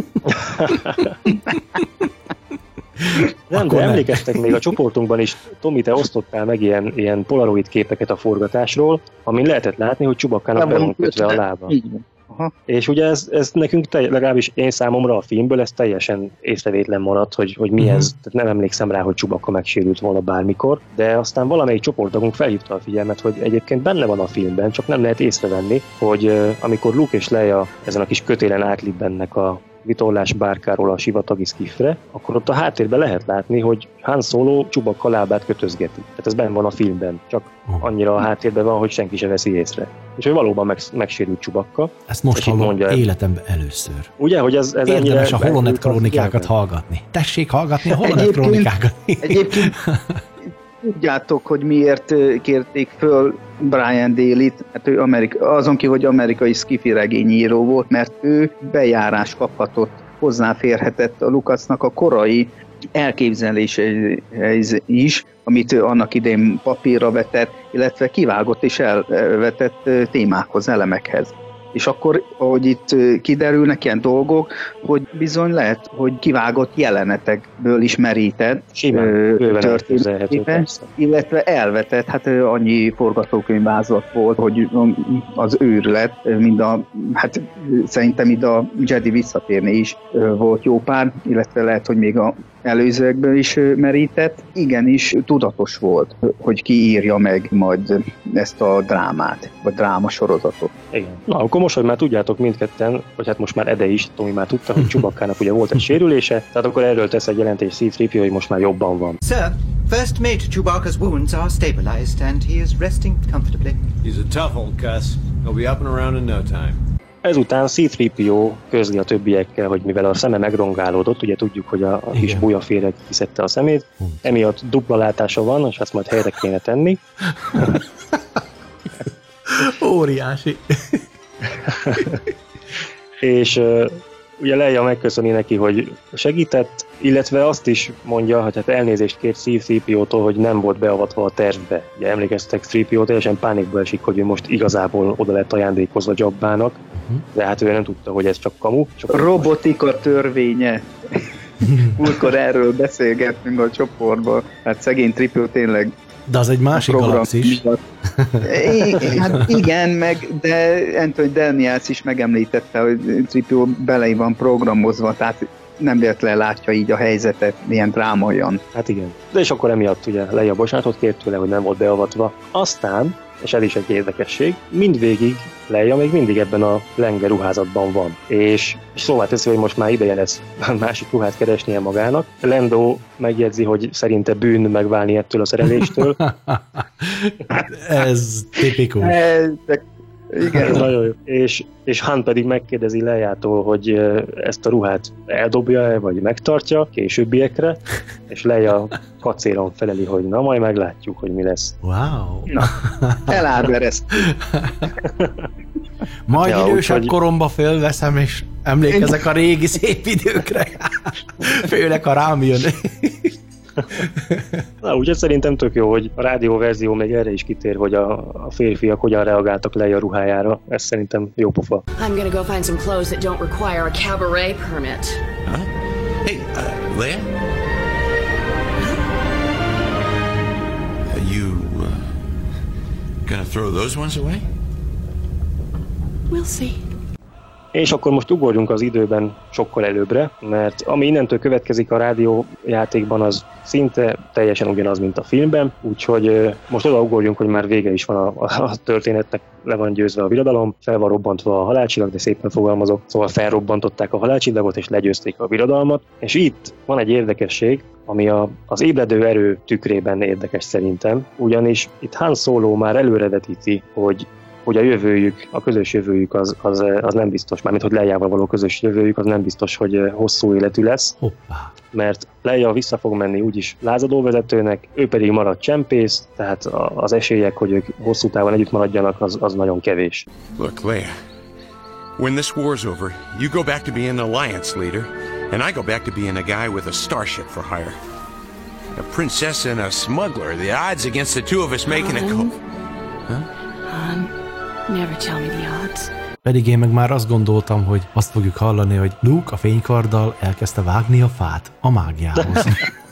Nem, de emlékeztek még a csoportunkban is, Tomi, te osztottál meg ilyen, ilyen polaroid képeket a forgatásról, amin lehetett látni, hogy Chewbacca-nak be van kötve a lába. Aha. És ugye ez, ez nekünk, te, legalábbis én számomra a filmből ez teljesen észrevétlen maradt, hogy, hogy mi uh-huh. ez, tehát nem emlékszem rá, hogy Chewbacca megsérült volna bármikor, de aztán valamelyik csoportagunk felhívta a figyelmet, hogy egyébként benne van a filmben, csak nem lehet észrevenni, hogy uh, amikor Luke és Leia ezen a kis kötélen átlibbennek a vitorlás bárkáról a sivatagi skiffre, akkor ott a háttérben lehet látni, hogy Han Solo Chewbacca lábát kötözgeti. Tehát ez benne van a filmben, csak annyira a háttérben van, hogy senki sem veszi észre. És hogy valóban meg, megsérült Chewbacca. Ezt most hallom mondja, életemben először. Ugye, hogy ez, ez érdemes a Holonet krónikákat hallgatni. Tessék hallgatni a Holonet krónikákat. Egyébként tudjátok, hogy miért kérték föl Brian Daley-t, hát ő Amerika, azon ki, hogy amerikai sci-fi regényíró volt, mert ő bejárás kaphatott, hozzáférhetett a Lucasnak a korai elképzeléseihez is, amit ő annak idején papírra vetett, illetve kivágott és elvetett témákhoz, elemekhez. És akkor, ahogy itt kiderülnek ilyen dolgok, hogy bizony lehet, hogy kivágott jelenetekből is merített történetébe, illetve elvetett, hát annyi forgatókönyvvázlat volt, hogy az őrület, mind a, hát szerintem mind a Jedi visszatérni is volt jó pár, illetve lehet, hogy még a előzőekből is merített. Igenis tudatos volt, hogy ki írja meg majd ezt a drámát, vagy drámasorozatot. Igen. Na, akkor most, hogy már tudjátok mindketten, vagy hát most már Ede is, Tomi már tudta, hogy Chewbacca-nak ugye volt egy sérülése, tehát akkor erről tesz egy jelentés cé három pé o, hogy most már jobban van. Sir, First Mate Chewbacca's wounds are stabilized and he is resting comfortably. He's a tough old cuss. He'll be up and around in no time. Ezután cé három pé o közli a többiekkel, hogy mivel a szeme megrongálódott, ugye tudjuk, hogy a, a kis bujaféreg kiszedte a szemét, emiatt dupla látása van, és azt majd helyre kéne tenni. Óriási. És uh, ugye Leia megköszöni neki, hogy segített, illetve azt is mondja, hogy hát elnézést kért cé három pé o-tól, hogy nem volt beavatva a tervbe. Ugye emlékeztek, cé három pé o teljesen pánikba esik, hogy ő most igazából oda lett ajándékozva Jabbának, uh-huh. de hát ő nem tudta, hogy ez csak kamu. Csak robotika törvénye. Múltkor erről beszélgettünk a csoportban. Hát szegény Tripio tényleg. De az egy másik galaxis. Hát igen, meg, de Anthony Daniels is megemlítette, hogy Tripio bele van programozva, tehát nem véletlen látja így a helyzetet, milyen drámaian. Hát igen. De és akkor emiatt ugye Leia bocsánatot kért tőle, hogy nem volt beavatva. Aztán, és ez is egy érdekesség, mindvégig Leia még mindig ebben a lenge ruházatban van. És, és szóval teszi, hogy most már ideje lesz másik ruhát keresnie magának. Lando megjegyzi, hogy szerinte bűn megválni ettől a szereléstől. Ez tipikus. Ez, igen. Ez nagyon jó. És, és Han pedig megkérdezi Leiától, hogy ezt a ruhát eldobja-e, vagy megtartja későbbiekre, és Leia kacéron feleli, hogy na, majd meglátjuk, hogy mi lesz. Wow! Na, elárverezt. Majd ja, idősebb úgy, koromba fölveszem, és emlékezek a régi szép időkre. Főleg, ha rám jön. Na, úgyhogy szerintem tök jó, hogy a rádióverzió még erre is kitér, hogy a, a férfiak hogyan reagáltak Leia ruhájára. Ez szerintem jó pofa. I'm gonna go find some clothes that don't require a cabaret permit. Huh? Hey, uh, Leia? Are you uh, gonna throw those ones away? We'll see. És akkor most ugorjunk az időben sokkal előbbre, mert ami innentől következik a rádiójátékban, az szinte teljesen ugyanaz, mint a filmben, úgyhogy most oda ugorjunk, hogy már vége is van a, a, a történetnek, le van győzve a birodalom, fel van robbantva a halálcsillag, de szépen fogalmazok, szóval felrobbantották a halálcsillagot és legyőzték a birodalmat, és itt van egy érdekesség, ami a, az ébredő erő tükrében érdekes szerintem, ugyanis itt Han Solo már előrevetíti, hogy hogy a jövőjük, a közös jövőjük az, az, az nem biztos, mármint hogy Leiával való közös jövőjük az nem biztos, hogy hosszú életű lesz. Hoppá. Mert Leia vissza fog menni úgyis lázadóvezetőnek, ő pedig marad csempész, tehát az esélyek, hogy ők hosszú távon együtt maradjanak, az, az nagyon kevés. Look, Leia, when this war's over, you go back to being an alliance leader, and I go back to being a guy with a starship for hire. A princess and a smuggler, the odds against the two of us making a go... Huh? Han, never tell me the odds. Pedig én meg már azt gondoltam, hogy azt fogjuk hallani, hogy Luke a fénykarddal elkezdte vágni a fát a mágiához.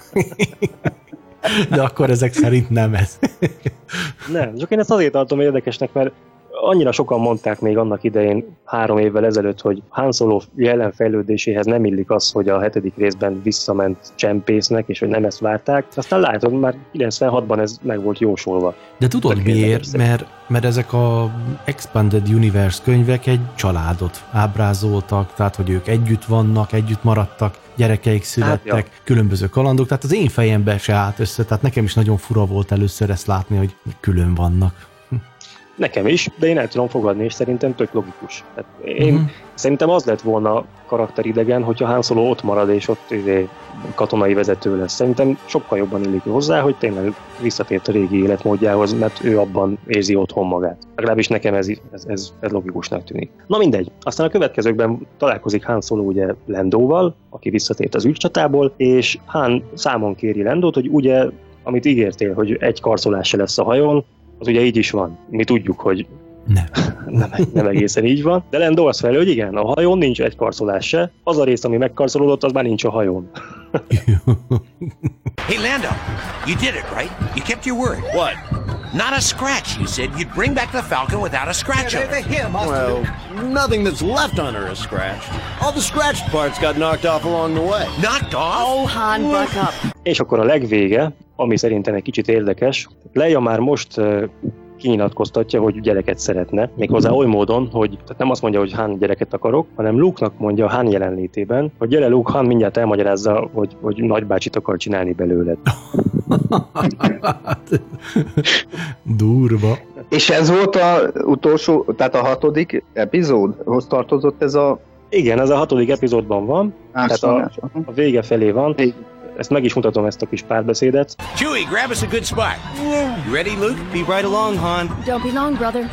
De akkor ezek szerint nem ez. Nem, csak én ezt azért tartom érdekesnek, mert annyira sokan mondták még annak idején, három évvel ezelőtt, hogy Han Solo jelen fejlődéséhez nem illik az, hogy a hetedik részben visszament csempésznek, és hogy nem ezt várták. Aztán látod, már kilencvenhatban ez meg volt jósolva. De tudod Tök miért? Mert, mert ezek a Expanded Universe könyvek egy családot ábrázoltak, tehát hogy ők együtt vannak, együtt maradtak, gyerekeik születtek, hát, ja. különböző kalandok, tehát az én fejemben se állt össze, tehát nekem is nagyon fura volt először ezt látni, hogy külön vannak. Nekem is, de én el tudom fogadni, és szerintem tök logikus. Tehát én uh-huh. szerintem az lett volna karakteridegen, hogyha Han Solo ott marad, és ott katonai vezető lesz. Szerintem sokkal jobban illik hozzá, hogy tényleg visszatért a régi életmódjához, mert ő abban érzi otthon magát. Legalábbis nekem ez, ez, ez, ez logikusnak tűnik. Na mindegy. Aztán a következőkben találkozik Han Solo ugye Landóval, aki visszatért az űrcsatából, és Han számon kéri Landót, hogy ugye, amit ígértél, hogy egy karcolás se lesz a hajón, az ugye így is van. Mi tudjuk, hogy nem. nem, nem egészen így van. De Lando azt felül, hogy igen, a hajón nincs egy karcolás se. Az a rész, ami megkarcolódott, az már nincs a hajón. Hey Lando, you did it, right? You kept your word. What? Not a scratch. You said you'd bring back the Falcon without a scratch on it. Well, nothing that's left on her is scratched. All the scratched parts got knocked off along the way. Knocked off? Oh, Han, buck up. És akkor a legvége, ami szerintem egy kicsit érdekes, Leia már most uh, kinyilatkoztatja, hogy gyereket szeretne, méghozzá oly módon, hogy tehát nem azt mondja, hogy Han, gyereket akarok, hanem Luke-nak mondja Han jelenlétében, hogy gyere Luke, Han mindjárt elmagyarázza, hogy, hogy nagybácsit akar csinálni belőled. Durva. És ez volt az utolsó, tehát a hatodik epizódhoz tartozott ez a... Igen, ez a hatodik epizódban van, Más tehát a, a vége felé van. Ezt meg is mutatom, ezt a kis párbeszédet. Chewie, grab us a good spot. You ready, Luke? Be right along, Han. Don't be long, brother.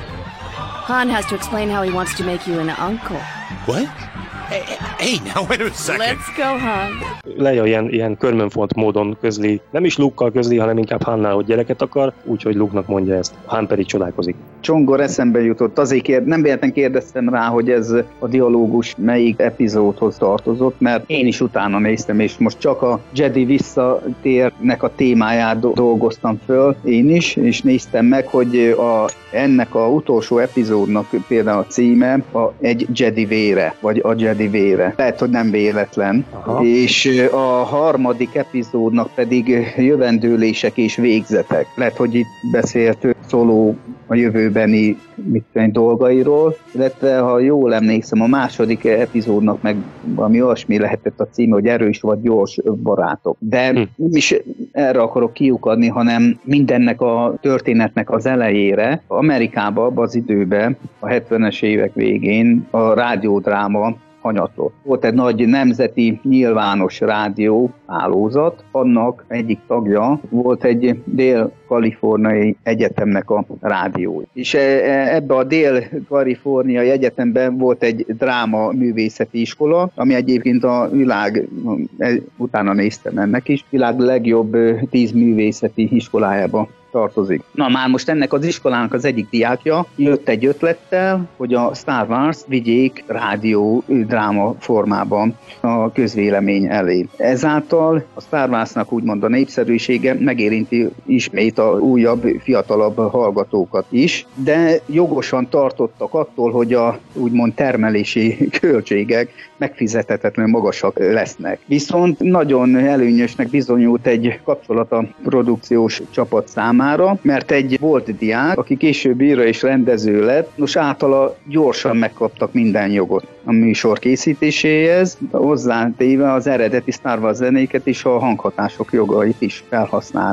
Han has to explain how he wants to make you an uncle. What? Hey, hey, now wait a second. Let's go, Han. Leia ilyen, ilyen körmönfont módon közli, nem is Luke-kal közli, hanem inkább Hannál, hogy gyereket akar, úgyhogy Luke-nak mondja ezt. Han pedig csodálkozik. Csongor eszembe jutott, azért kérd, nem véletlen kérdeztem rá, hogy ez a dialógus melyik epizódhoz tartozott, mert én is utána néztem, és most csak a Jedi visszatérnek a témáját dolgoztam föl, én is, és néztem meg, hogy a, ennek a utolsó epizódnak például a címe a Egy Jedi vére, vagy a Jedi vére. Lehet, hogy nem véletlen. Aha. És a harmadik epizódnak pedig jövendőlések és végzetek. Lehet, hogy itt beszélt Solo a jövőbeni mit tudom, dolgairól, illetve ha jól emlékszem, a második epizódnak meg valami olyasmi lehetett a címe, hogy erős vagy gyors barátok. De hm. nem is erre akarok kiukadni, hanem mindennek a történetnek az elejére, Amerikában abban az időben, a hetvenes évek végén a rádiódráma hanyatlott. Volt egy nagy nemzeti nyilvános rádió hálózat, annak egyik tagja volt egy dél-kaliforniai egyetemnek a rádiója. És ebbe a dél-kaliforniai egyetemben volt egy dráma művészeti iskola, ami egyébként a világ, utána néztem ennek is, világ legjobb tíz művészeti iskolájába tartozik. Na már most ennek az iskolának az egyik diákja jött egy ötlettel, hogy a Star Wars vigyék rádió dráma formában a közvélemény elé. Ezáltal a Star Warsnak úgymond a népszerűsége megérinti ismét a újabb, fiatalabb hallgatókat is, de jogosan tartottak attól, hogy a úgymond termelési költségek megfizethetetlenül magasak lesznek. Viszont nagyon előnyösnek bizonyult egy kapcsolat a produkciós csapat számára, mert egy volt diák, aki később író és rendező lett, nos általa gyorsan megkaptak minden jogot a műsor készítéséhez, hozzátéve az eredeti Star Wars zenéket és a hanghatások jogait is felhasználni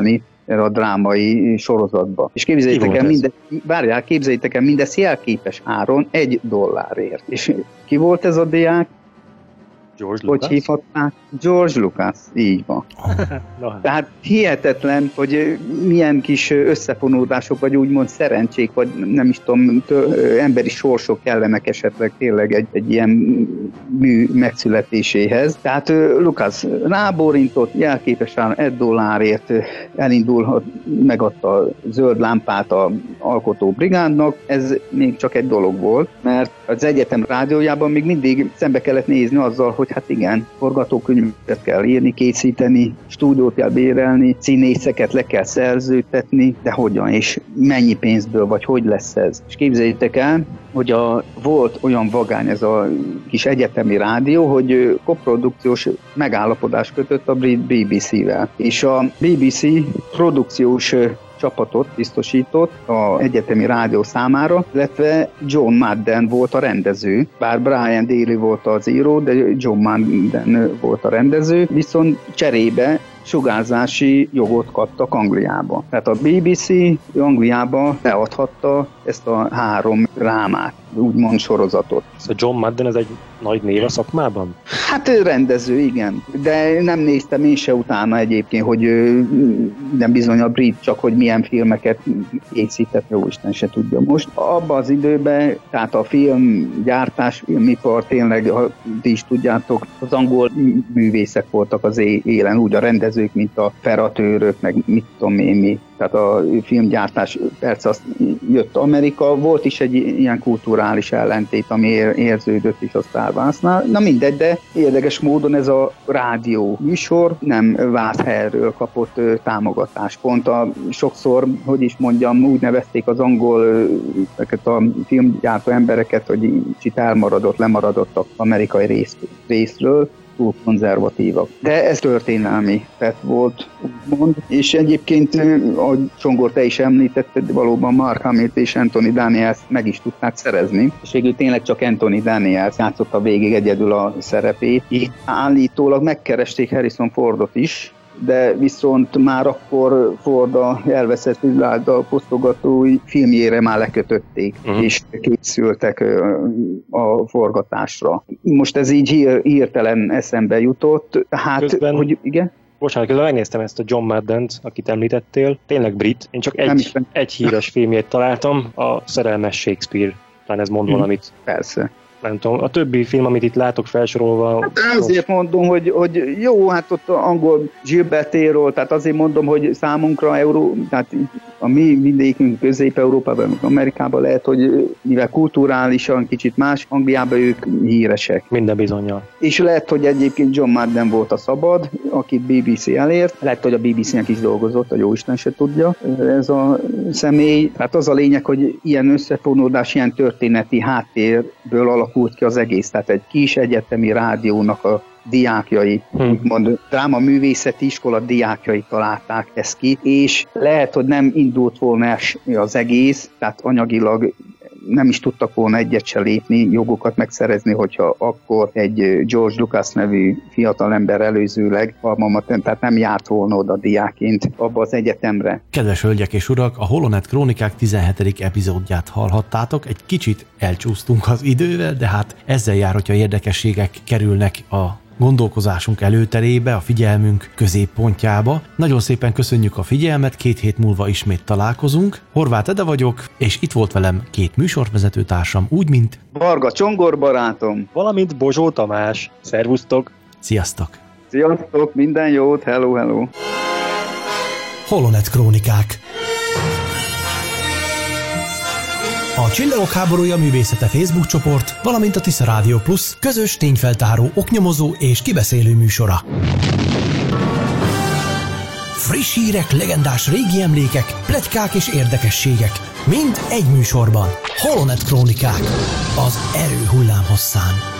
erre a drámai sorozatba. És képzeljétek el, minde, várjál, képzeljétek el, mindez jelképes áron egy dollárért. És ki volt ez a diák? George Hogy Lucas? hívhatták? George Lucas, így van. No, Tehát hihetetlen, hogy milyen kis összefonódások, vagy úgymond szerencsék, vagy nem is tudom, tő, emberi sorsok kellenek esetleg tényleg egy, egy ilyen mű megszületéséhez. Tehát Lucas rábórintott, jelképes áron egy dollárért elindul, megadta a zöld lámpát az alkotó brigádnak. Ez még csak egy dolog volt, mert az egyetem rádiójában még mindig szembe kellett nézni azzal, hogy hát igen, forgatókönyvet kell írni, készíteni, stúdiót kell bérelni, színészeket le kell szerződtetni, de hogyan és mennyi pénzből, vagy hogy lesz ez. És képzeljétek el, hogy a, volt olyan vagány ez a kis egyetemi rádió, hogy koprodukciós megállapodást kötött a brit bé bé cé-vel. És a bé bé cé produkciós csapatot biztosított az egyetemi rádió számára, illetve John Madden volt a rendező, bár Brian Daly volt az író, de John Madden volt a rendező, viszont cserébe sugárzási jogot kaptak Angliába. Tehát a bé bé cé Angliába leadhatta ezt a három drámát, úgymond sorozatot. Szóval John Madden ez egy nagy név a szakmában? Hát rendező, igen. De nem néztem én se utána egyébként, hogy nem bizony a brit, csak hogy milyen filmeket készített, jó Isten se tudja most. Abban az időben, tehát a filmgyártás, filmipar tényleg, ha ti is tudjátok, az angol művészek voltak az élen, úgy a rendezők, mint a operatőrök, meg mit tudom én mi. Tehát a filmgyártás persze azt jött Amerika, volt is egy ilyen kulturális ellentét, ami érződött is a Star Warsnál. Na mindegy, de érdekes módon ez a rádió műsor nem Várthelyről kapott támogatást. Pont a sokszor, hogy is mondjam, úgy nevezték az angol a filmgyártó embereket, hogy kicsit elmaradott, lemaradott az amerikai rész, részről, túl konzervatívak. De ez történelmi tett volt, úgymond. És egyébként, ahogy Csongor, te is említetted, valóban Mark Hamill és Anthony Daniels meg is tudták szerezni. És végül tényleg csak Anthony Daniels játszotta végig egyedül a szerepét. Itt állítólag megkeresték Harrison Fordot is, de viszont már akkor Ford a elveszett világgal posztogatói filmjére már lekötötték, uh-huh. és készültek a forgatásra. Most ez így hír, hirtelen eszembe jutott. Hát, közben, hogy igen? Bocsánat, közben megnéztem ezt a John Maddent, akit említettél. Tényleg brit. Én csak egy, egy híres filmjét találtam, a Szerelmes Shakespeare. Talán ez mond valamit. Persze. Nem tudom, a többi film, amit itt látok felsorolva... Hát azért mondom, hogy, hogy jó, hát ott angol Gilbertéről, tehát azért mondom, hogy számunkra Euró, tehát a mi vidékünk Közép-Európában, Amerikában lehet, hogy mivel kulturálisan kicsit más, Angliában ők híresek. Minden bizonnyal. És lehet, hogy egyébként John Madden volt a szabad, akit bé bé cé elért, lehet, hogy a bé bé cé-nek is dolgozott, a jóisten se tudja ez a személy. Hát az a lényeg, hogy ilyen összefonódás, ilyen történeti háttérből alakult ki az egész, tehát egy kis egyetemi rádiónak a diákjai, hmm. úgymond drámaművészeti iskola diákjai találták ezt ki, és lehet, hogy nem indult volna az egész, tehát anyagilag nem is tudtak volna egyet se lépni, jogokat megszerezni, hogyha akkor egy George Lucas nevű fiatalember előzőleg, tehát nem járt volna oda diákként abba az egyetemre. Kedves hölgyek és urak, a Holonet Krónikák tizenhetedik epizódját hallhattátok. Egy kicsit elcsúsztunk az idővel, de hát ezzel jár, hogyha érdekességek kerülnek a gondolkozásunk előterébe, a figyelmünk középpontjába. Nagyon szépen köszönjük a figyelmet, két hét múlva ismét találkozunk. Horváth Ede vagyok, és itt volt velem két műsorvezető társam, úgy, mint Varga Csongor barátom, valamint Bozsó Tamás. Szervusztok! Sziasztok! Sziasztok, minden jót, hello, hello! Holonet Krónikák. A Csillagok háborúja művészete Facebook csoport, valamint a Tisza Rádió Plus közös tényfeltáró, oknyomozó és kibeszélő műsora. Friss hírek, legendás régi emlékek, pletykák és érdekességek. Mind egy műsorban. Holonet Krónikák. Az erő hullámhosszán.